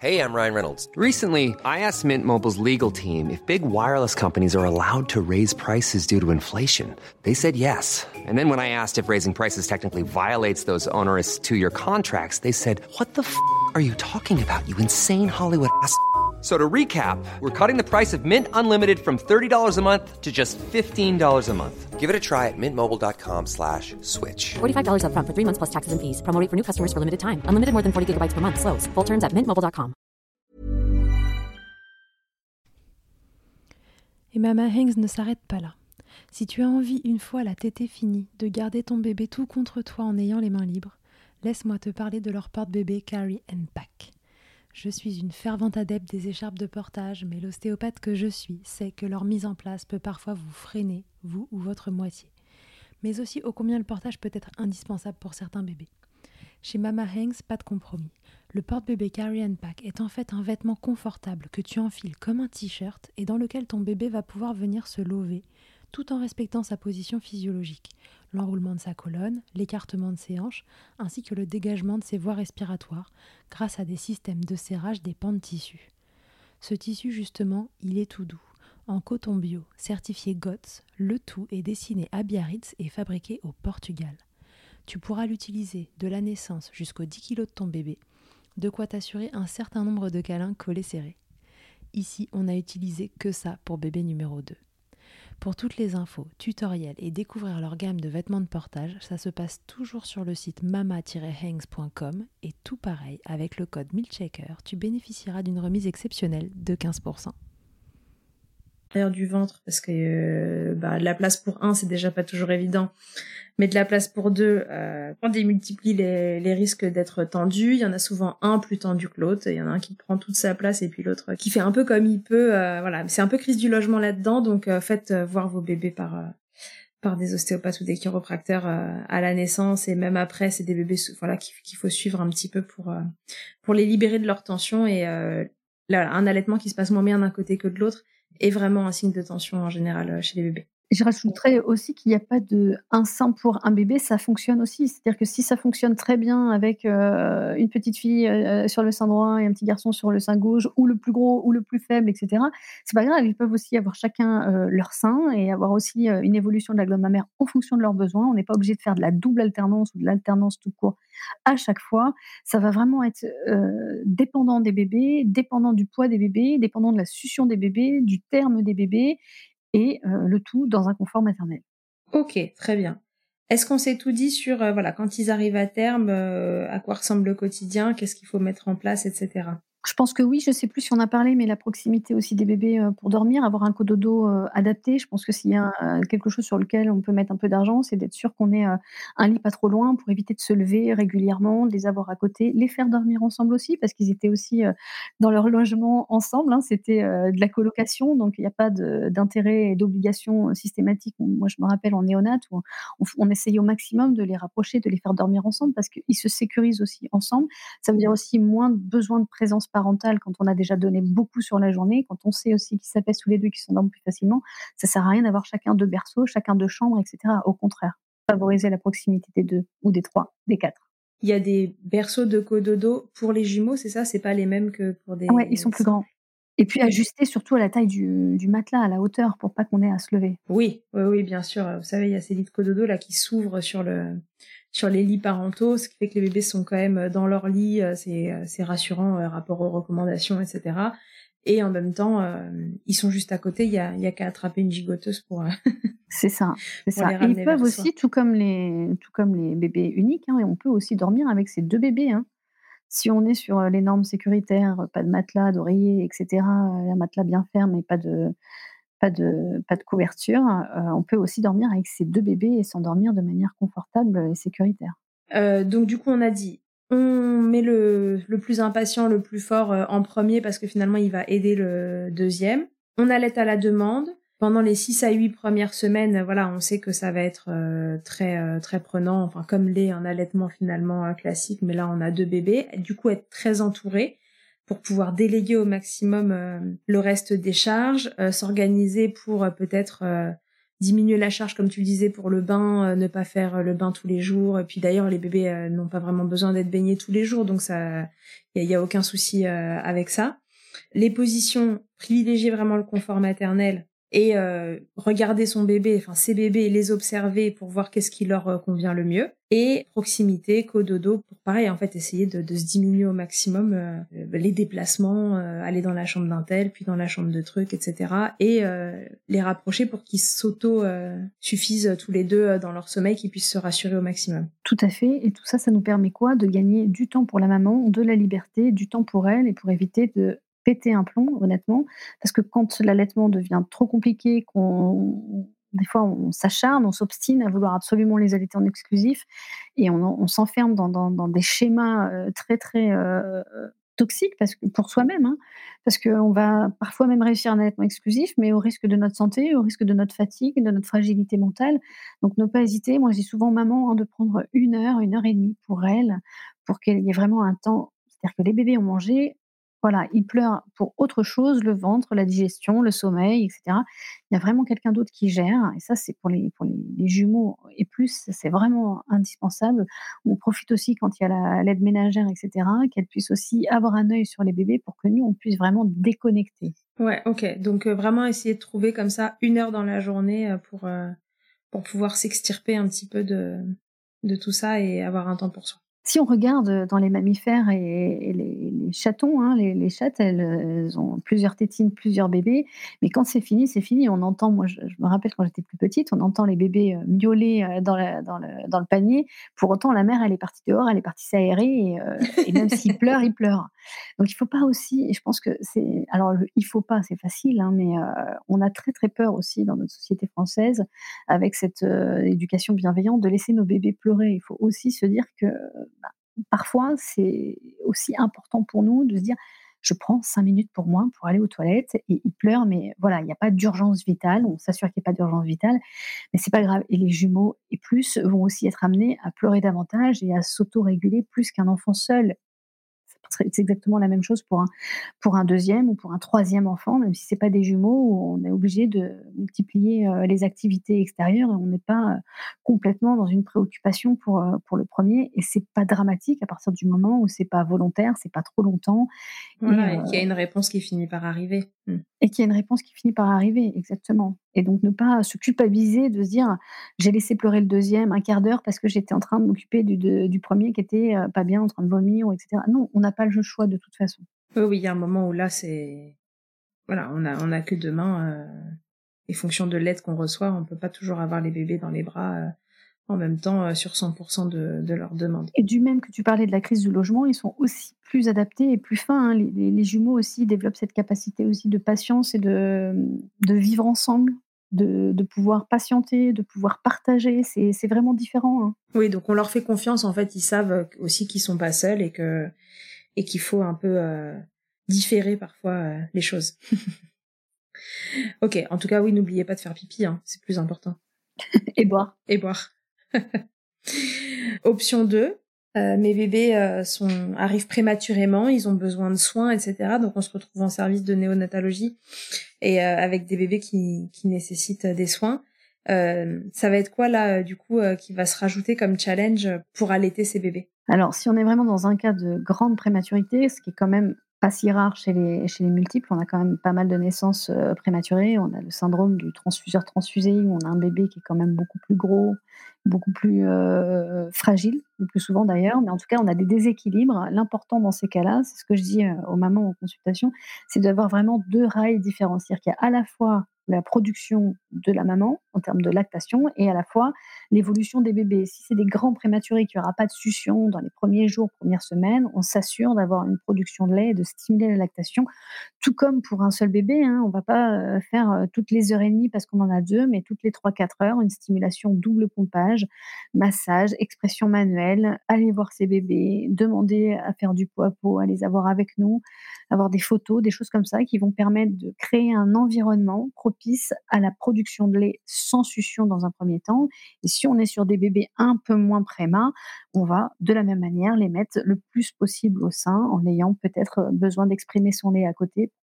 Hey, I'm Ryan Reynolds. Recently, I asked Mint Mobile's legal team if big wireless companies are allowed to raise prices due to inflation. They said yes. And then when I asked if raising prices technically violates those onerous two-year contracts, they said, what the f*** are you talking about, you insane Hollywood ass f- So to recap, we're cutting the price of Mint Unlimited from thirty dollars a month to just fifteen dollars a month. Give it a try at mintmobile.com slash switch. forty-five dollars up front for three months plus taxes and fees. Promo rate for new customers for limited time. Unlimited more than forty gigabytes per month. Slows full terms at mint mobile dot com. Et Mama Hanks ne s'arrête pas là. Si tu as envie, une fois la tétée finie, de garder ton bébé tout contre toi en ayant les mains libres, laisse-moi te parler de leur porte-bébé Carry and Pack. Je suis une fervente adepte des écharpes de portage, mais l'ostéopathe que je suis sait que leur mise en place peut parfois vous freiner, vous ou votre moitié. Mais aussi ô combien le portage peut être indispensable pour certains bébés. Chez Mama Hanks, pas de compromis. Le porte-bébé Carry and Pack est en fait un vêtement confortable que tu enfiles comme un t-shirt et dans lequel ton bébé va pouvoir venir se lever tout en respectant sa position physiologique, l'enroulement de sa colonne, l'écartement de ses hanches, ainsi que le dégagement de ses voies respiratoires grâce à des systèmes de serrage des pans de tissu. Ce tissu, justement, il est tout doux. En coton bio, certifié G O T S, le tout est dessiné à Biarritz et fabriqué au Portugal. Tu pourras l'utiliser de la naissance jusqu'aux dix kilos de ton bébé, de quoi t'assurer un certain nombre de câlins collés serrés. Ici, on n'a utilisé que ça pour bébé numéro deux. Pour toutes les infos, tutoriels et découvrir leur gamme de vêtements de portage, ça se passe toujours sur le site mama tiret hanks point com et tout pareil, avec le code MILCHECKER, tu bénéficieras d'une remise exceptionnelle de quinze pour cent. Du ventre, parce que euh, bah, de la place pour un, c'est déjà pas toujours évident, mais de la place pour deux, euh, on démultiplie les, les risques d'être tendu. Il y en a souvent un plus tendu que l'autre, il y en a un qui prend toute sa place et puis l'autre qui fait un peu comme il peut. Euh, voilà, c'est un peu crise du logement là-dedans, donc euh, faites euh, voir vos bébés par euh, par des ostéopathes ou des chiropracteurs euh, à la naissance et même après. C'est des bébés, voilà, qu'il, qu'il faut suivre un petit peu pour euh, pour les libérer de leur tension et euh, là, un allaitement qui se passe moins bien d'un côté que de l'autre est vraiment un signe de tension en général chez les bébés. Je rajouterais aussi qu'il n'y a pas de un sein pour un bébé, ça fonctionne aussi. C'est-à-dire que si ça fonctionne très bien avec euh, une petite fille euh, sur le sein droit et un petit garçon sur le sein gauche, ou le plus gros ou le plus faible, et cetera, c'est pas grave. Ils peuvent aussi avoir chacun euh, leur sein et avoir aussi euh, une évolution de la glande mammaire en fonction de leurs besoins. On n'est pas obligé de faire de la double alternance ou de l'alternance tout court à chaque fois. Ça va vraiment être euh, dépendant des bébés, dépendant du poids des bébés, dépendant de la succion des bébés, du terme des bébés, et euh, le tout dans un confort maternel. Ok, très bien. Est-ce qu'on s'est tout dit sur, euh, voilà, quand ils arrivent à terme, euh, à quoi ressemble le quotidien, qu'est-ce qu'il faut mettre en place, et cetera. Je pense que oui, je ne sais plus si on a parlé, mais la proximité aussi des bébés euh, pour dormir, avoir un cododo euh, adapté. Je pense que s'il y a euh, quelque chose sur lequel on peut mettre un peu d'argent, c'est d'être sûr qu'on ait euh, un lit pas trop loin pour éviter de se lever régulièrement, de les avoir à côté, les faire dormir ensemble aussi, parce qu'ils étaient aussi euh, dans leur logement ensemble. Hein, c'était euh, de la colocation, donc il n'y a pas de, d'intérêt et d'obligation systématique. Moi, je me rappelle en néonat où on, on essayait au maximum de les rapprocher, de les faire dormir ensemble, parce qu'ils se sécurisent aussi ensemble. Ça veut dire aussi moins de besoin de présence parentale quand on a déjà donné beaucoup sur la journée, quand on sait aussi qu'ils s'apaisent tous les deux, qu'ils s'endorment plus facilement. Ça sert à rien d'avoir chacun deux berceaux, chacun deux chambres, et cetera. Au contraire, favoriser la proximité des deux ou des trois, des quatre. Il y a des berceaux de cododo pour les jumeaux, c'est ça? C'est pas les mêmes que pour des... Ah ouais, ils sont plus grands. Et puis ajuster surtout à la taille du, du matelas, à la hauteur, pour pas qu'on ait à se lever. Oui, oui, oui, bien sûr. Vous savez, il y a ces lits de cododo là qui s'ouvrent sur le sur les lits parentaux, ce qui fait que les bébés sont quand même dans leur lit. C'est c'est rassurant euh, rapport aux recommandations, et cetera. Et en même temps, euh, ils sont juste à côté. Il y a il y a qu'à attraper une gigoteuse pour. Euh, c'est ça, c'est ça. Et ils peuvent aussi, tout comme les tout comme les bébés uniques, hein, et on peut aussi dormir avec ces deux bébés. Hein. Si on est sur les normes sécuritaires, pas de matelas, d'oreiller, et cetera, un matelas bien ferme et pas de, pas de, pas de couverture, euh, on peut aussi dormir avec ces deux bébés et s'endormir de manière confortable et sécuritaire. Euh, donc du coup, on a dit, on met le, le plus impatient, le plus fort euh, en premier parce que finalement, il va aider le deuxième. On allaite à la demande. Pendant les six à huit premières semaines, voilà, on sait que ça va être euh, très euh, très prenant, enfin comme l'est un allaitement finalement euh, classique, mais là on a deux bébés. Du coup, être très entouré pour pouvoir déléguer au maximum euh, le reste des charges, euh, s'organiser pour euh, peut-être euh, diminuer la charge, comme tu le disais, pour le bain, euh, ne pas faire le bain tous les jours. Et puis d'ailleurs, les bébés euh, n'ont pas vraiment besoin d'être baignés tous les jours, donc ça, il y, y a aucun souci euh, avec ça. Les positions, privilégier vraiment le confort maternel et euh, regarder son bébé, enfin ses bébés, et les observer pour voir qu'est-ce qui leur euh, convient le mieux. Et proximité, cododo, pour pareil, en fait, essayer de, de se diminuer au maximum euh, les déplacements, euh, aller dans la chambre d'un tel, puis dans la chambre de truc, et cetera. Et euh, les rapprocher pour qu'ils s'auto-suffisent euh, tous les deux euh, dans leur sommeil, qu'ils puissent se rassurer au maximum. Tout à fait. Et tout ça, ça nous permet quoi? De gagner du temps pour la maman, de la liberté, du temps pour elle et pour éviter de péter un plomb, honnêtement. Parce que quand l'allaitement devient trop compliqué, qu'on des fois on s'acharne, on s'obstine à vouloir absolument les allaiter en exclusif et on, on s'enferme dans, dans, dans des schémas euh, très très euh, toxiques parce que pour soi-même, hein, parce qu'on va parfois même réussir un allaitement exclusif, mais au risque de notre santé, au risque de notre fatigue, de notre fragilité mentale. Donc ne pas hésiter. Moi, je dis souvent aux mamans hein, de prendre une heure, une heure et demie pour elles, pour qu'il y ait vraiment un temps. C'est-à-dire que les bébés ont mangé, voilà, ils pleurent pour autre chose, le ventre, la digestion, le sommeil, et cetera. Il y a vraiment quelqu'un d'autre qui gère, et ça, c'est pour les, pour les, les jumeaux et plus, c'est vraiment indispensable. On profite aussi quand il y a la- l'aide ménagère, et cetera, qu'elle puisse aussi avoir un œil sur les bébés pour que nous, on puisse vraiment déconnecter. Ouais, ok. Donc euh, vraiment essayer de trouver comme ça une heure dans la journée euh, pour euh, pour pouvoir s'extirper un petit peu de de tout ça et avoir un temps pour soi. Si on regarde dans les mammifères et, et les, les chatons, hein, les, les chattes, elles, elles ont plusieurs tétines, plusieurs bébés, mais quand c'est fini, c'est fini. On entend, moi je, je me rappelle quand j'étais plus petite, on entend les bébés euh, miauler euh, dans, la- dans, le, dans le panier. Pour autant, la mère, elle est partie dehors, elle est partie s'aérer, et, euh, et même s'il pleure, il pleure. Donc il faut pas aussi, et je pense que c'est, alors le il faut pas, c'est facile, hein, mais euh, on a très très peur aussi dans notre société française, avec cette euh, éducation bienveillante, de laisser nos bébés pleurer. Il faut aussi se dire que parfois, c'est aussi important pour nous de se dire: «Je prends cinq minutes pour moi, pour aller aux toilettes» et il pleure, mais voilà, il y a pas d'urgence vitale. On s'assure qu'il y a pas d'urgence vitale, mais c'est pas grave et les jumeaux et plus vont aussi être amenés à pleurer davantage et à s'autoréguler plus qu'un enfant seul. C'est c'est exactement la même chose pour un pour un deuxième ou pour un troisième enfant, même si c'est pas des jumeaux, où on est obligé de multiplier, heu, les activités extérieures et on n'est pas, heu, complètement dans une préoccupation pour, heu, pour le premier et c'est pas dramatique à partir du moment où c'est pas volontaire, c'est pas trop longtemps et Voilà, heu et qu'il y a une réponse qui finit par arriver. Mm. et qu'il y a une réponse qui finit par arriver, exactement. Et donc ne pas se culpabiliser de se dire: «J'ai laissé pleurer le deuxième un quart d'heure parce que j'étais en train de m'occuper du de du premier qui était, heu, pas bien, en train de vomir ou et cetera». Non, on n'a pas le choix de toute façon. Oui, oui, il y a un moment où là c'est voilà, on a on a que deux mains euh, et fonction de l'aide qu'on reçoit, on peut pas toujours avoir les bébés dans les bras euh, en même temps euh, sur cent pour cent de de leurs demandes. Et du même que tu parlais de la crise du logement, ils sont aussi plus adaptés et plus fins, hein. Les les les jumeaux aussi développent cette capacité aussi de patience et de, mmh, de vivre ensemble, de de pouvoir patienter, de pouvoir partager. C'est c'est vraiment différent, hein. Oui, donc on leur fait confiance, en fait, ils savent euh, aussi qu'ils sont pas seuls et que et qu'il faut un peu euh, différer parfois euh, les choses. Ok, en tout cas, oui, n'oubliez pas de faire pipi, hein, c'est plus important. Et boire. Et boire. Option deux, euh, mes bébés euh, sont, arrivent prématurément, ils ont besoin de soins, et cetera. Donc on se retrouve en service de néonatologie et euh, avec des bébés qui, qui nécessitent des soins. Euh, ça va être quoi là, euh, du coup, euh, qui va se rajouter comme challenge pour allaiter ces bébés? Alors, si on est vraiment dans un cas de grande prématurité, ce qui est quand même pas si rare chez les chez les multiples, on a quand même pas mal de naissances, heu, prématurées. On a le syndrome du transfuseur transfusé, où on a un bébé qui est quand même beaucoup plus gros, beaucoup plus, heu, fragile, le plus souvent d'ailleurs, mais en tout cas, on a des déséquilibres. L'important dans ces cas-là, c'est ce que je dis, heu, aux mamans en consultation, c'est d'avoir vraiment deux rails différents. C'est-à-dire qu'il y a à la fois la production de la maman, en termes de lactation et à la fois l'évolution des bébés. Si c'est des grands prématurés, qu'il n'y aura pas de succion dans les premiers jours, premières semaines, on s'assure d'avoir une production de lait et de stimuler la lactation. Tout comme pour un seul bébé, hein, on ne va pas euh, faire euh, toutes les heures et demie parce qu'on en a deux, mais toutes les trois quatre heures, une stimulation double pompage, massage, expression manuelle, aller voir ses bébés, demander à faire du pot à pot, à les avoir avec nous, avoir des photos, des choses comme ça qui vont permettre de créer un environnement propice à la production de lait sans succion dans un premier temps. Et si on est sur des bébés un peu moins préma, on va de la même manière les mettre le plus possible au sein en ayant peut-être besoin d'exprimer son lait à côté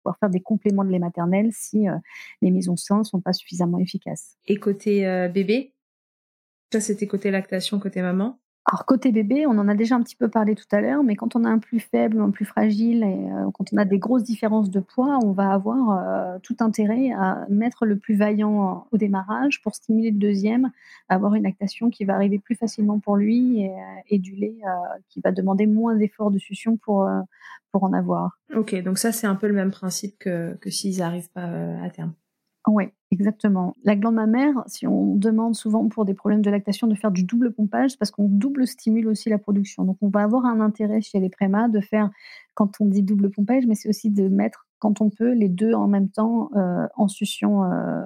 pouvoir faire des compléments de lait maternel si euh, les mises au sein ne sont pas suffisamment efficaces. Et côté euh, bébé, ça c'était côté lactation, côté maman. Alors côté bébé, on en a déjà un petit peu parlé tout à l'heure, mais quand on a un plus faible ou un plus fragile et heu, quand on a des grosses différences de poids, on va avoir, heu, tout intérêt à mettre le plus vaillant au démarrage pour stimuler le deuxième à avoir une lactation qui va arriver plus facilement pour lui et heu et du lait, heu, qui va demander moins d'efforts de succion pour, heu, pour en avoir. OK, donc ça c'est un peu le même principe que que s'ils arrivent pas, heu, à terme. Ouais, exactement. La glande mammaire, si on demande souvent pour des problèmes de lactation de faire du double pompage, c'est parce qu'on double stimule aussi la production. Donc on va avoir un intérêt chez les prémas de faire, quand on dit double pompage, mais c'est aussi de mettre, quand on peut, les deux en même temps, heu, en succion, heu,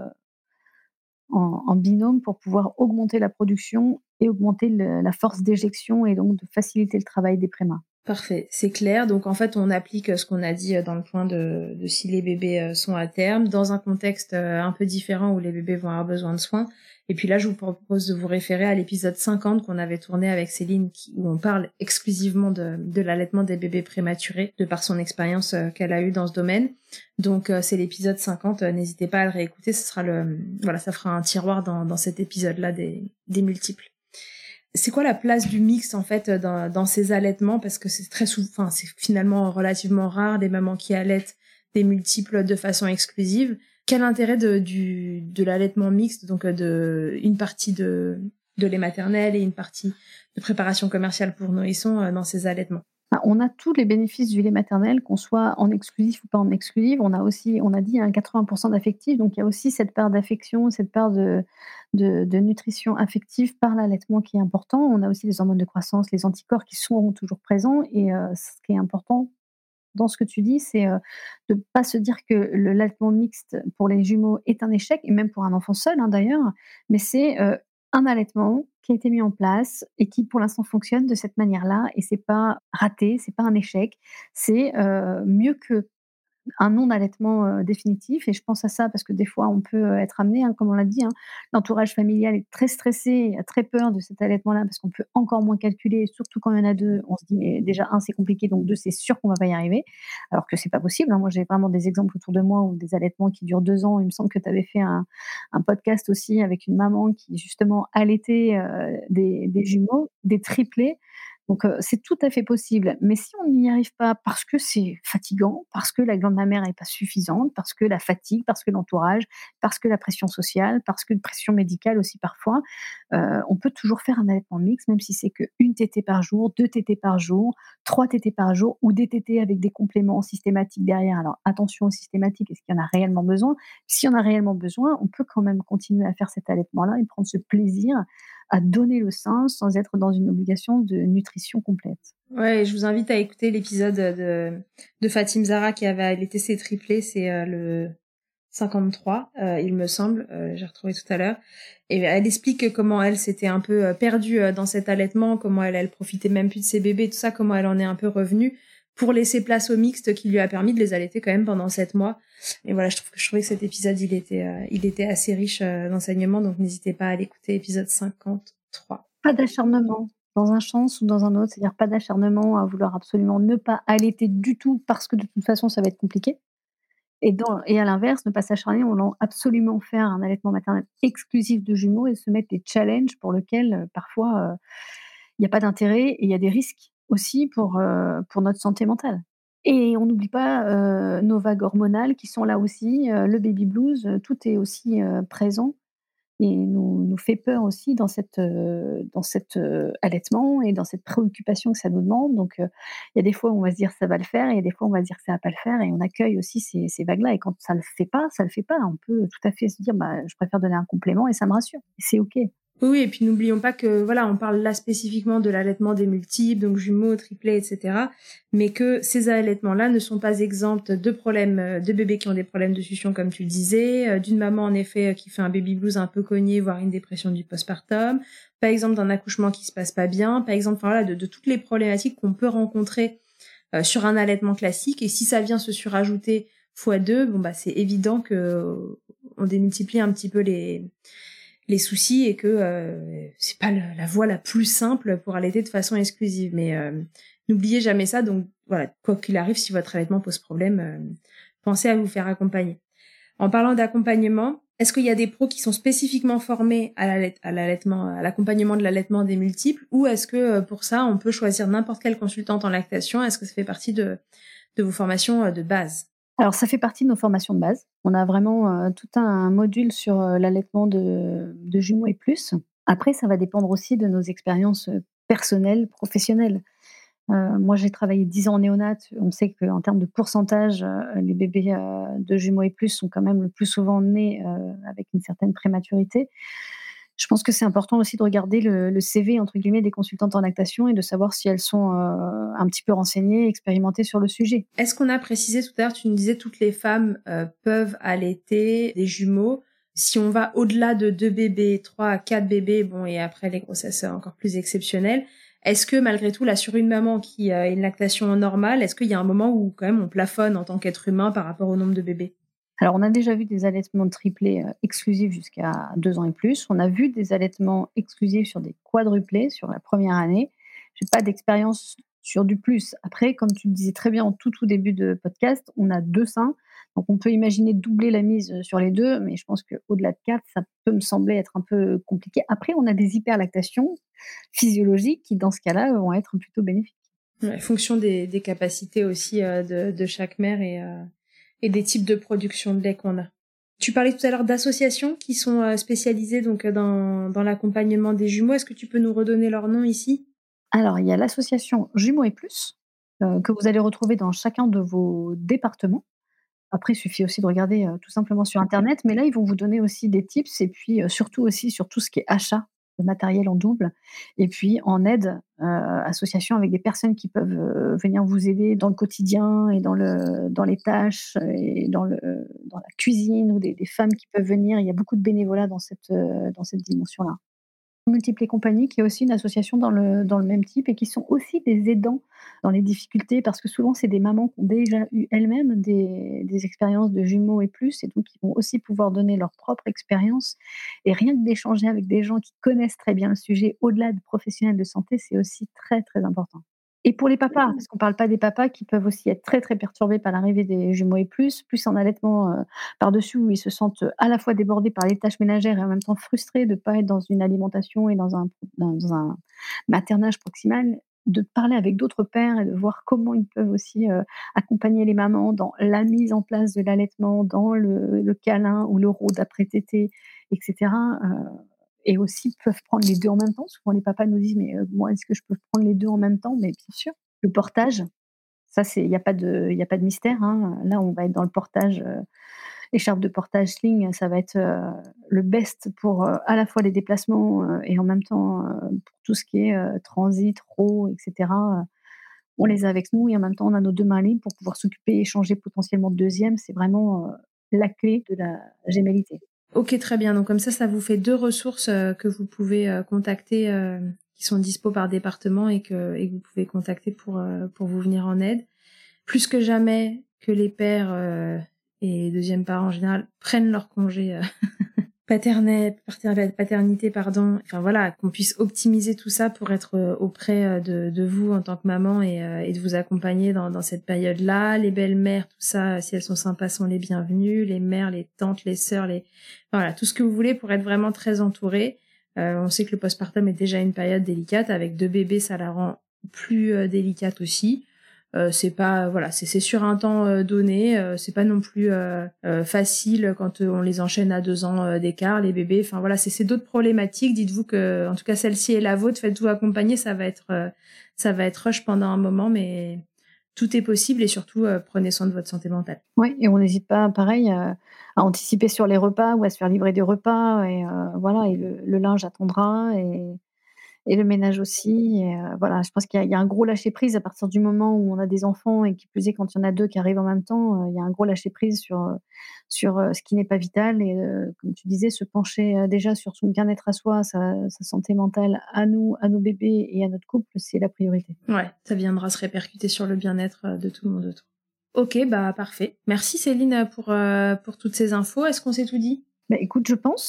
en en binôme pour pouvoir augmenter la production et augmenter le la force d'éjection et donc de faciliter le travail des prémas. Parfait, c'est clair. Donc en fait, on applique euh, ce qu'on a dit euh, dans le point de, de si les bébés euh, sont à terme, dans un contexte euh, un peu différent où les bébés vont avoir besoin de soins. Et puis là, je vous propose de vous référer à l'épisode cinquante qu'on avait tourné avec Céline, qui, où on parle exclusivement de, de l'allaitement des bébés prématurés, de par son expérience euh, qu'elle a eue dans ce domaine. Donc euh, c'est l'épisode cinquante, euh, n'hésitez pas à le réécouter, ce sera le, voilà, ça fera un tiroir dans, dans cet épisode-là des, des multiples. C'est quoi la place du mixte en fait dans, dans ces allaitements, parce que c'est très souvent, enfin c'est finalement relativement rare des mamans qui allaitent des multiples de façon exclusive. Quel intérêt de du de l'allaitement mixte, donc de une partie de de lait maternel et une partie de préparation commerciale pour nourrissons dans ces allaitements? On a tous les bénéfices du lait maternel, qu'on soit en exclusif ou pas en exclusif. On a aussi, on a dit, hein, quatre-vingts pour cent d'affectif, donc il y a aussi cette part d'affection, cette part de, de, de nutrition affective par l'allaitement qui est important. On a aussi les hormones de croissance, les anticorps qui seront toujours présents. Et euh, ce qui est important dans ce que tu dis, c'est euh, de ne pas se dire que le l'allaitement mixte pour les jumeaux est un échec, et même pour un enfant seul, hein, d'ailleurs, mais c'est euh, un allaitement qui a été mis en place et qui, pour l'instant, fonctionne de cette manière-là. Et c'est pas raté, c'est pas un échec, c'est euh, mieux que un non-allaitement, heu, définitif. Et je pense à ça parce que des fois on peut, heu, être amené, hein, comme on l'a dit, hein, l'entourage familial est très stressé et a très peur de cet allaitement-là parce qu'on peut encore moins calculer, surtout quand il y en a deux. On se dit: «Mais déjà un c'est compliqué, donc deux c'est sûr qu'on va pas y arriver», alors que c'est pas possible, hein. Moi j'ai vraiment des exemples autour de moi où des allaitements qui durent deux ans. Il me semble que tu avais fait un un podcast aussi avec une maman qui justement allaitait, heu, des des jumeaux, des triplés. Donc, heu, c'est tout à fait possible, mais si on n'y arrive pas parce que c'est fatigant, parce que la glande mammaire est pas suffisante, parce que la fatigue, parce que l'entourage, parce que la pression sociale, parce qu'une pression médicale aussi parfois, heu, on peut toujours faire un allaitement mixte, même si c'est qu'une tétée par jour, deux tétées par jour, trois tétées par jour ou des tétées avec des compléments systématiques derrière. Alors attention aux systématiques, est-ce qu'il y en a réellement besoin? Si on a réellement besoin, on peut quand même continuer à faire cet allaitement-là et prendre ce plaisir à donner le sein sans être dans une obligation de nutrition complète. Ouais, je vous invite à écouter l'épisode de, de Fatim Zahra qui avait allaité ses triplés, c'est euh, le cinquante-trois, euh, il me semble, euh, j'ai retrouvé tout à l'heure. Et elle explique comment elle s'était un peu euh, perdue euh, dans cet allaitement, comment elle, elle profitait même plus de ses bébés, tout ça, comment elle en est un peu revenue pour laisser place au mixte qui lui a permis de les allaiter quand même pendant sept mois. Et voilà, je trouve que je trouvais que cet épisode, il était, euh, il était assez riche euh, d'enseignements, donc n'hésitez pas à l'écouter, épisode cinquante-trois. Pas d'acharnement dans un sens ou dans un autre, c'est-à-dire pas d'acharnement à vouloir absolument ne pas allaiter du tout parce que de toute façon ça va être compliqué. Et dans et à l'inverse, ne pas s'acharner en voulant absolument faire un allaitement maternel exclusif de jumeaux et se mettre des challenges pour lesquels, heu, parfois, heu, il y a pas d'intérêt et il y a des risques aussi pour, heu, pour notre santé mentale. Et on n'oublie pas, heu, nos vagues hormonales qui sont là aussi, heu, le baby blues, heu, tout est aussi, heu, présent et nous nous fait peur aussi dans cette, heu, dans cet, heu, allaitement et dans cette préoccupation que ça nous demande. Donc, heu, il y a des fois où on va se dire: «Ça va le faire» et il y a des fois où on va se dire que ça va pas le faire et on accueille aussi ces ces vagues-là. Et quand ça le fait pas, ça le fait pas. On peut tout à fait se dire: «Bah, je préfère donner un complément» et ça me rassure. C'est OK. Oui, oui, et puis n'oublions pas que voilà, on parle là spécifiquement de l'allaitement des multiples, donc jumeaux, triplés, et cetera. Mais que ces allaitements-là ne sont pas exempts de problèmes, euh, de bébés qui ont des problèmes de succion, comme tu le disais, euh, d'une maman en effet euh, qui fait un baby blues un peu cogné, voire une dépression du postpartum, par exemple d'un accouchement qui se passe pas bien, par exemple, enfin voilà, de, de toutes les problématiques qu'on peut rencontrer euh, sur un allaitement classique. Et si ça vient se surajouter fois deux, bon bah c'est évident que euh, on démultiplie un petit peu les les soucis et que euh, c'est pas le, la voie la plus simple pour allaiter de façon exclusive. Mais euh, n'oubliez jamais ça. Donc voilà, quoi qu'il arrive, si votre allaitement pose problème, euh, pensez à vous faire accompagner. En parlant d'accompagnement, est-ce qu'il y a des pros qui sont spécifiquement formés à, l'allait- à l'allaitement, à l'accompagnement de l'allaitement des multiples, ou est-ce que euh, pour ça, on peut choisir n'importe quelle consultante en lactation? Est-ce que ça fait partie de, de vos formations euh, de base? Alors ça fait partie de nos formations de base. On a vraiment, heu, tout un module sur, heu, l'allaitement de de jumeaux et plus. Après, ça va dépendre aussi de nos expériences, heu, personnelles, professionnelles. Heu, moi, j'ai travaillé dix ans en néonat. On sait qu'en termes de pourcentage, heu, les bébés, heu, de jumeaux et plus sont quand même le plus souvent nés, heu, avec une certaine prématurité. Je pense que c'est important aussi de regarder le le C V entre guillemets des consultantes en lactation et de savoir si elles sont, heu, un petit peu renseignées, expérimentées sur le sujet. Est-ce qu'on a précisé tout à l'heure, tu nous disais toutes les femmes euh, peuvent allaiter des jumeaux. Si on va au-delà de deux bébés, trois à quatre bébés, bon, et après les grossesses encore plus exceptionnelles, est-ce que malgré tout, là, sur une maman qui a une lactation normale, est-ce qu'il y a un moment où quand même on plafonne en tant qu'être humain par rapport au nombre de bébés? Alors, on a déjà vu des allaitements triplés, heu, exclusifs jusqu'à deux ans et plus. On a vu des allaitements exclusifs sur des quadruplés sur la première année. J'ai pas d'expérience sur du plus. Après, comme tu le disais très bien en tout, tout début de podcast, on a deux seins, donc on peut imaginer doubler la mise, heu, sur les deux, mais je pense qu'au-delà de quatre, ça peut me sembler être un peu compliqué. Après, on a des hyperlactations physiologiques qui, dans ce cas-là, vont être plutôt bénéfiques. Ouais, fonction des, des capacités aussi euh, de, de chaque mère et, euh, et des types de production de lait qu'on a. Tu parlais tout à l'heure d'associations qui sont euh, spécialisées donc euh, dans, dans l'accompagnement des jumeaux. Est-ce que tu peux nous redonner leur nom ici? Alors, il y a l'association Jumeaux et plus, heu, que vous allez retrouver dans chacun de vos départements. Après, il suffit aussi de regarder, heu, tout simplement sur internet, mais là, ils vont vous donner aussi des tips et puis, heu, surtout aussi sur tout ce qui est achat de matériel en double et puis en aide, heu, association avec des personnes qui peuvent, heu, venir vous aider dans le quotidien et dans le dans les tâches et dans le dans la cuisine ou des des femmes qui peuvent venir. Il y a beaucoup de bénévolat dans cette, heu, dans cette dimension-là. Multiples et compagnie, qui est aussi une association dans le dans le même type et qui sont aussi des aidants dans les difficultés parce que souvent c'est des mamans qui ont déjà eu elles-mêmes des des expériences de jumeaux et plus et donc ils vont aussi pouvoir donner leur propre expérience et rien que d'échanger avec des gens qui connaissent très bien le sujet au-delà de professionnels de santé, c'est aussi très, très important. Et pour les papas, parce qu'on parle pas des papas qui peuvent aussi être très, très perturbés par l'arrivée des jumeaux et plus, plus en allaitement, heu, par-dessus où ils se sentent, à la fois débordés par les tâches ménagères et en même temps frustrés de pas être dans une alimentation et dans un dans un maternage proximal, de parler avec d'autres pères et de voir comment ils peuvent aussi, heu, accompagner les mamans dans la mise en place de l'allaitement, dans le le câlin ou le rot d'après-tétée et cetera, heu et aussi peuvent prendre les deux en même temps. Souvent les papas nous disent: «Mais, heu, moi, est-ce que je peux prendre les deux en même temps?» Mais bien sûr. Le portage, ça c'est il y a pas de il y a pas de mystère, hein. Là, on va être dans le portage, heu, écharpe de portage sling, ça va être, heu, le best pour, heu, à la fois les déplacements, heu et en même temps, heu, pour tout ce qui est, heu, transit, rot et cetera, heu, on les a avec nous et en même temps, on a nos deux mains libres pour pouvoir s'occuper et changer potentiellement de deux. C'est vraiment, heu, la clé de la gémellité. Ok, très bien. Donc comme ça, ça vous fait deux ressources euh, que vous pouvez euh, contacter, euh, qui sont dispo par département et que, et que vous pouvez contacter pour, euh, pour vous venir en aide. Plus que jamais que les pères euh, et deuxièmes parents en général prennent leur congé euh, paternel, pater- paternité, pardon. Enfin voilà, qu'on puisse optimiser tout ça pour être euh, auprès euh, de, de vous en tant que maman et, euh, et de vous accompagner dans, dans cette période-là. Les belles-mères, tout ça, si elles sont sympas, sont les bienvenues. Les mères, les tantes, les sœurs, les enfin, voilà, tout ce que vous voulez pour être vraiment très entourée. Euh, on sait que le postpartum est déjà une période délicate. Avec deux bébés, ça la rend plus euh, délicate aussi. Euh, c'est pas voilà, c'est c'est sur un temps euh, donné, euh, c'est pas non plus euh, euh, facile quand euh, on les enchaîne à deux ans euh, d'écart les bébés. Enfin voilà, c'est c'est d'autres problématiques. Dites-vous que en tout cas celle-ci est la vôtre, faites-vous accompagner, ça va être euh, ça va être rush pendant un moment, mais tout est possible et surtout euh, prenez soin de votre santé mentale. Oui et on n'hésite pas pareil, heu, à anticiper sur les repas ou à se faire livrer des repas et heu, voilà et le le linge attendra et Et le ménage aussi et heu, voilà, je pense qu'il y a il y a un gros lâcher prise à partir du moment où on a des enfants et qui plus est quand il y en a deux qui arrivent en même temps, heu, il y a un gros lâcher prise sur, heu, sur, heu, ce qui n'est pas vital et heu, comme tu disais, se pencher, heu, déjà sur son bien-être à soi, sa sa santé mentale à nous, à nos bébés et à notre couple, c'est la priorité. Ouais, ça viendra se répercuter sur le bien-être euh, de tout le monde autour. Ok, bah parfait. Merci Céline pour euh, pour toutes ces infos. Est-ce qu'on s'est tout dit? Bah, écoute, je pense.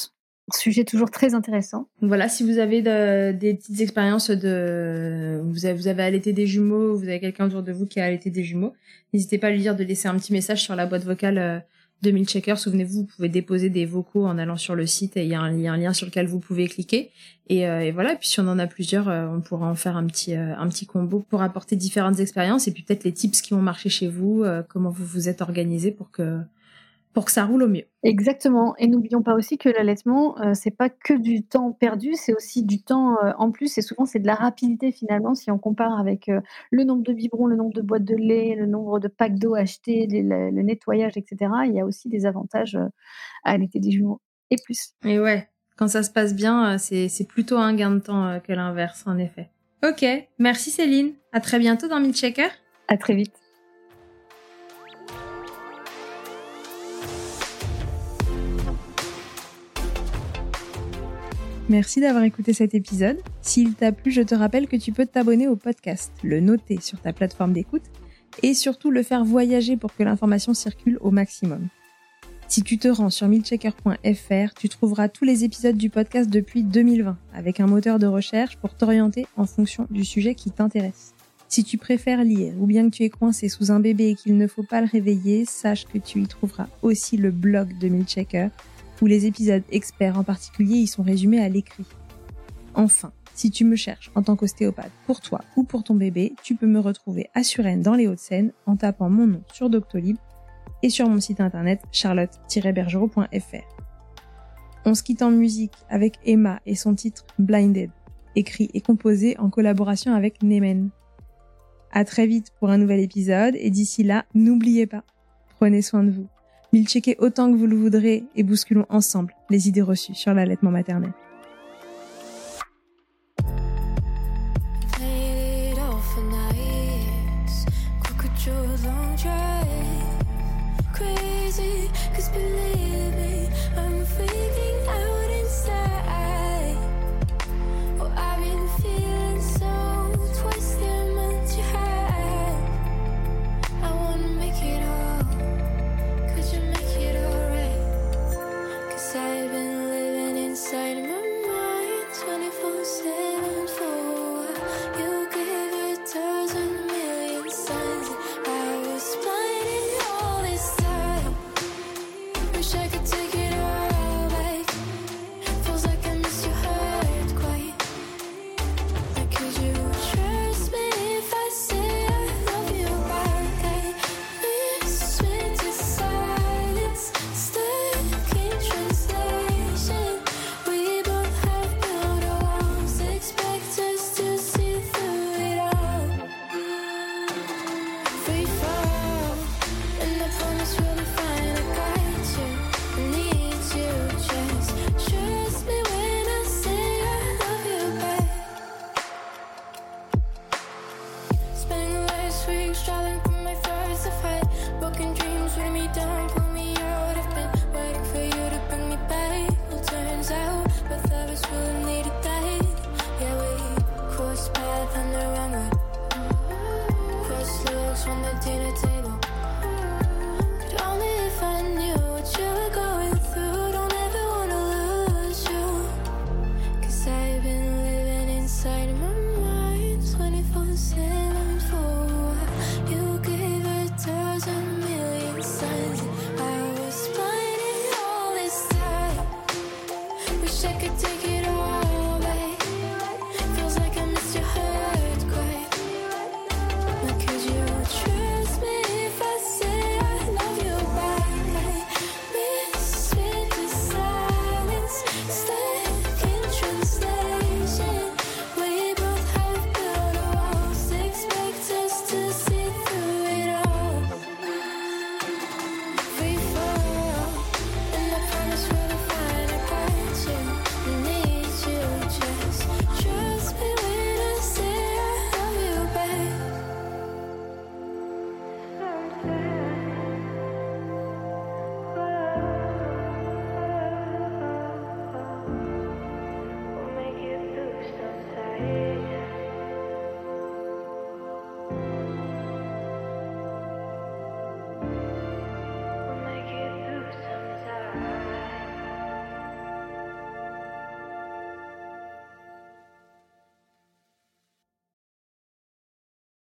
Sujet toujours très intéressant. Voilà, si vous avez de, des petites expériences de... Vous avez, vous avez allaité des jumeaux, vous avez quelqu'un autour de vous qui a allaité des jumeaux, n'hésitez pas à lui dire de laisser un petit message sur la boîte vocale de Milkshaker. Souvenez-vous, vous pouvez déposer des vocaux en allant sur le site et il y a un, il y a un lien sur lequel vous pouvez cliquer. Et, euh, et voilà, et puis si on en a plusieurs, euh, on pourra en faire un petit, euh, un petit combo pour apporter différentes expériences et puis peut-être les tips qui ont marché chez vous, euh, comment vous vous êtes organisé pour que... pour que ça roule au mieux. Exactement. Et n'oublions pas aussi que l'allaitement, euh, c'est pas que du temps perdu, c'est aussi du temps euh, en plus. Et souvent, c'est de la rapidité finalement. Si on compare avec euh, le nombre de biberons, le nombre de boîtes de lait, le nombre de packs d'eau achetés, les- le, le nettoyage, et cetera, il y a aussi des avantages euh, à allaiter des jumeaux. Et plus. Et ouais, quand ça se passe bien, euh, c'est, c'est plutôt un gain de temps euh, que l'inverse, en effet. Ok, merci Céline. À très bientôt dans Milkshaker. À très vite. Merci d'avoir écouté cet épisode. S'il t'a plu, je te rappelle que tu peux t'abonner au podcast, le noter sur ta plateforme d'écoute et surtout le faire voyager pour que l'information circule au maximum. Si tu te rends sur milkshaker point f r, tu trouveras tous les épisodes du podcast depuis deux mille vingt avec un moteur de recherche pour t'orienter en fonction du sujet qui t'intéresse. Si tu préfères lire ou bien que tu es coincé sous un bébé et qu'il ne faut pas le réveiller, sache que tu y trouveras aussi le blog de Milkshaker où les épisodes experts en particulier y sont résumés à l'écrit. Enfin, si tu me cherches en tant qu'ostéopathe pour toi ou pour ton bébé, tu peux me retrouver à Suresnes dans les Hauts-de-Seine en tapant mon nom sur Doctolib et sur mon site internet charlotte tiret bergerot point f r. On se quitte en musique avec Emma et son titre Blinded, écrit et composé en collaboration avec Nemen. À très vite pour un nouvel épisode et d'ici là, n'oubliez pas, prenez soin de vous. Milkshaker autant que vous le voudrez et bousculons ensemble les idées reçues sur l'allaitement maternel. Crazy, 'cause believe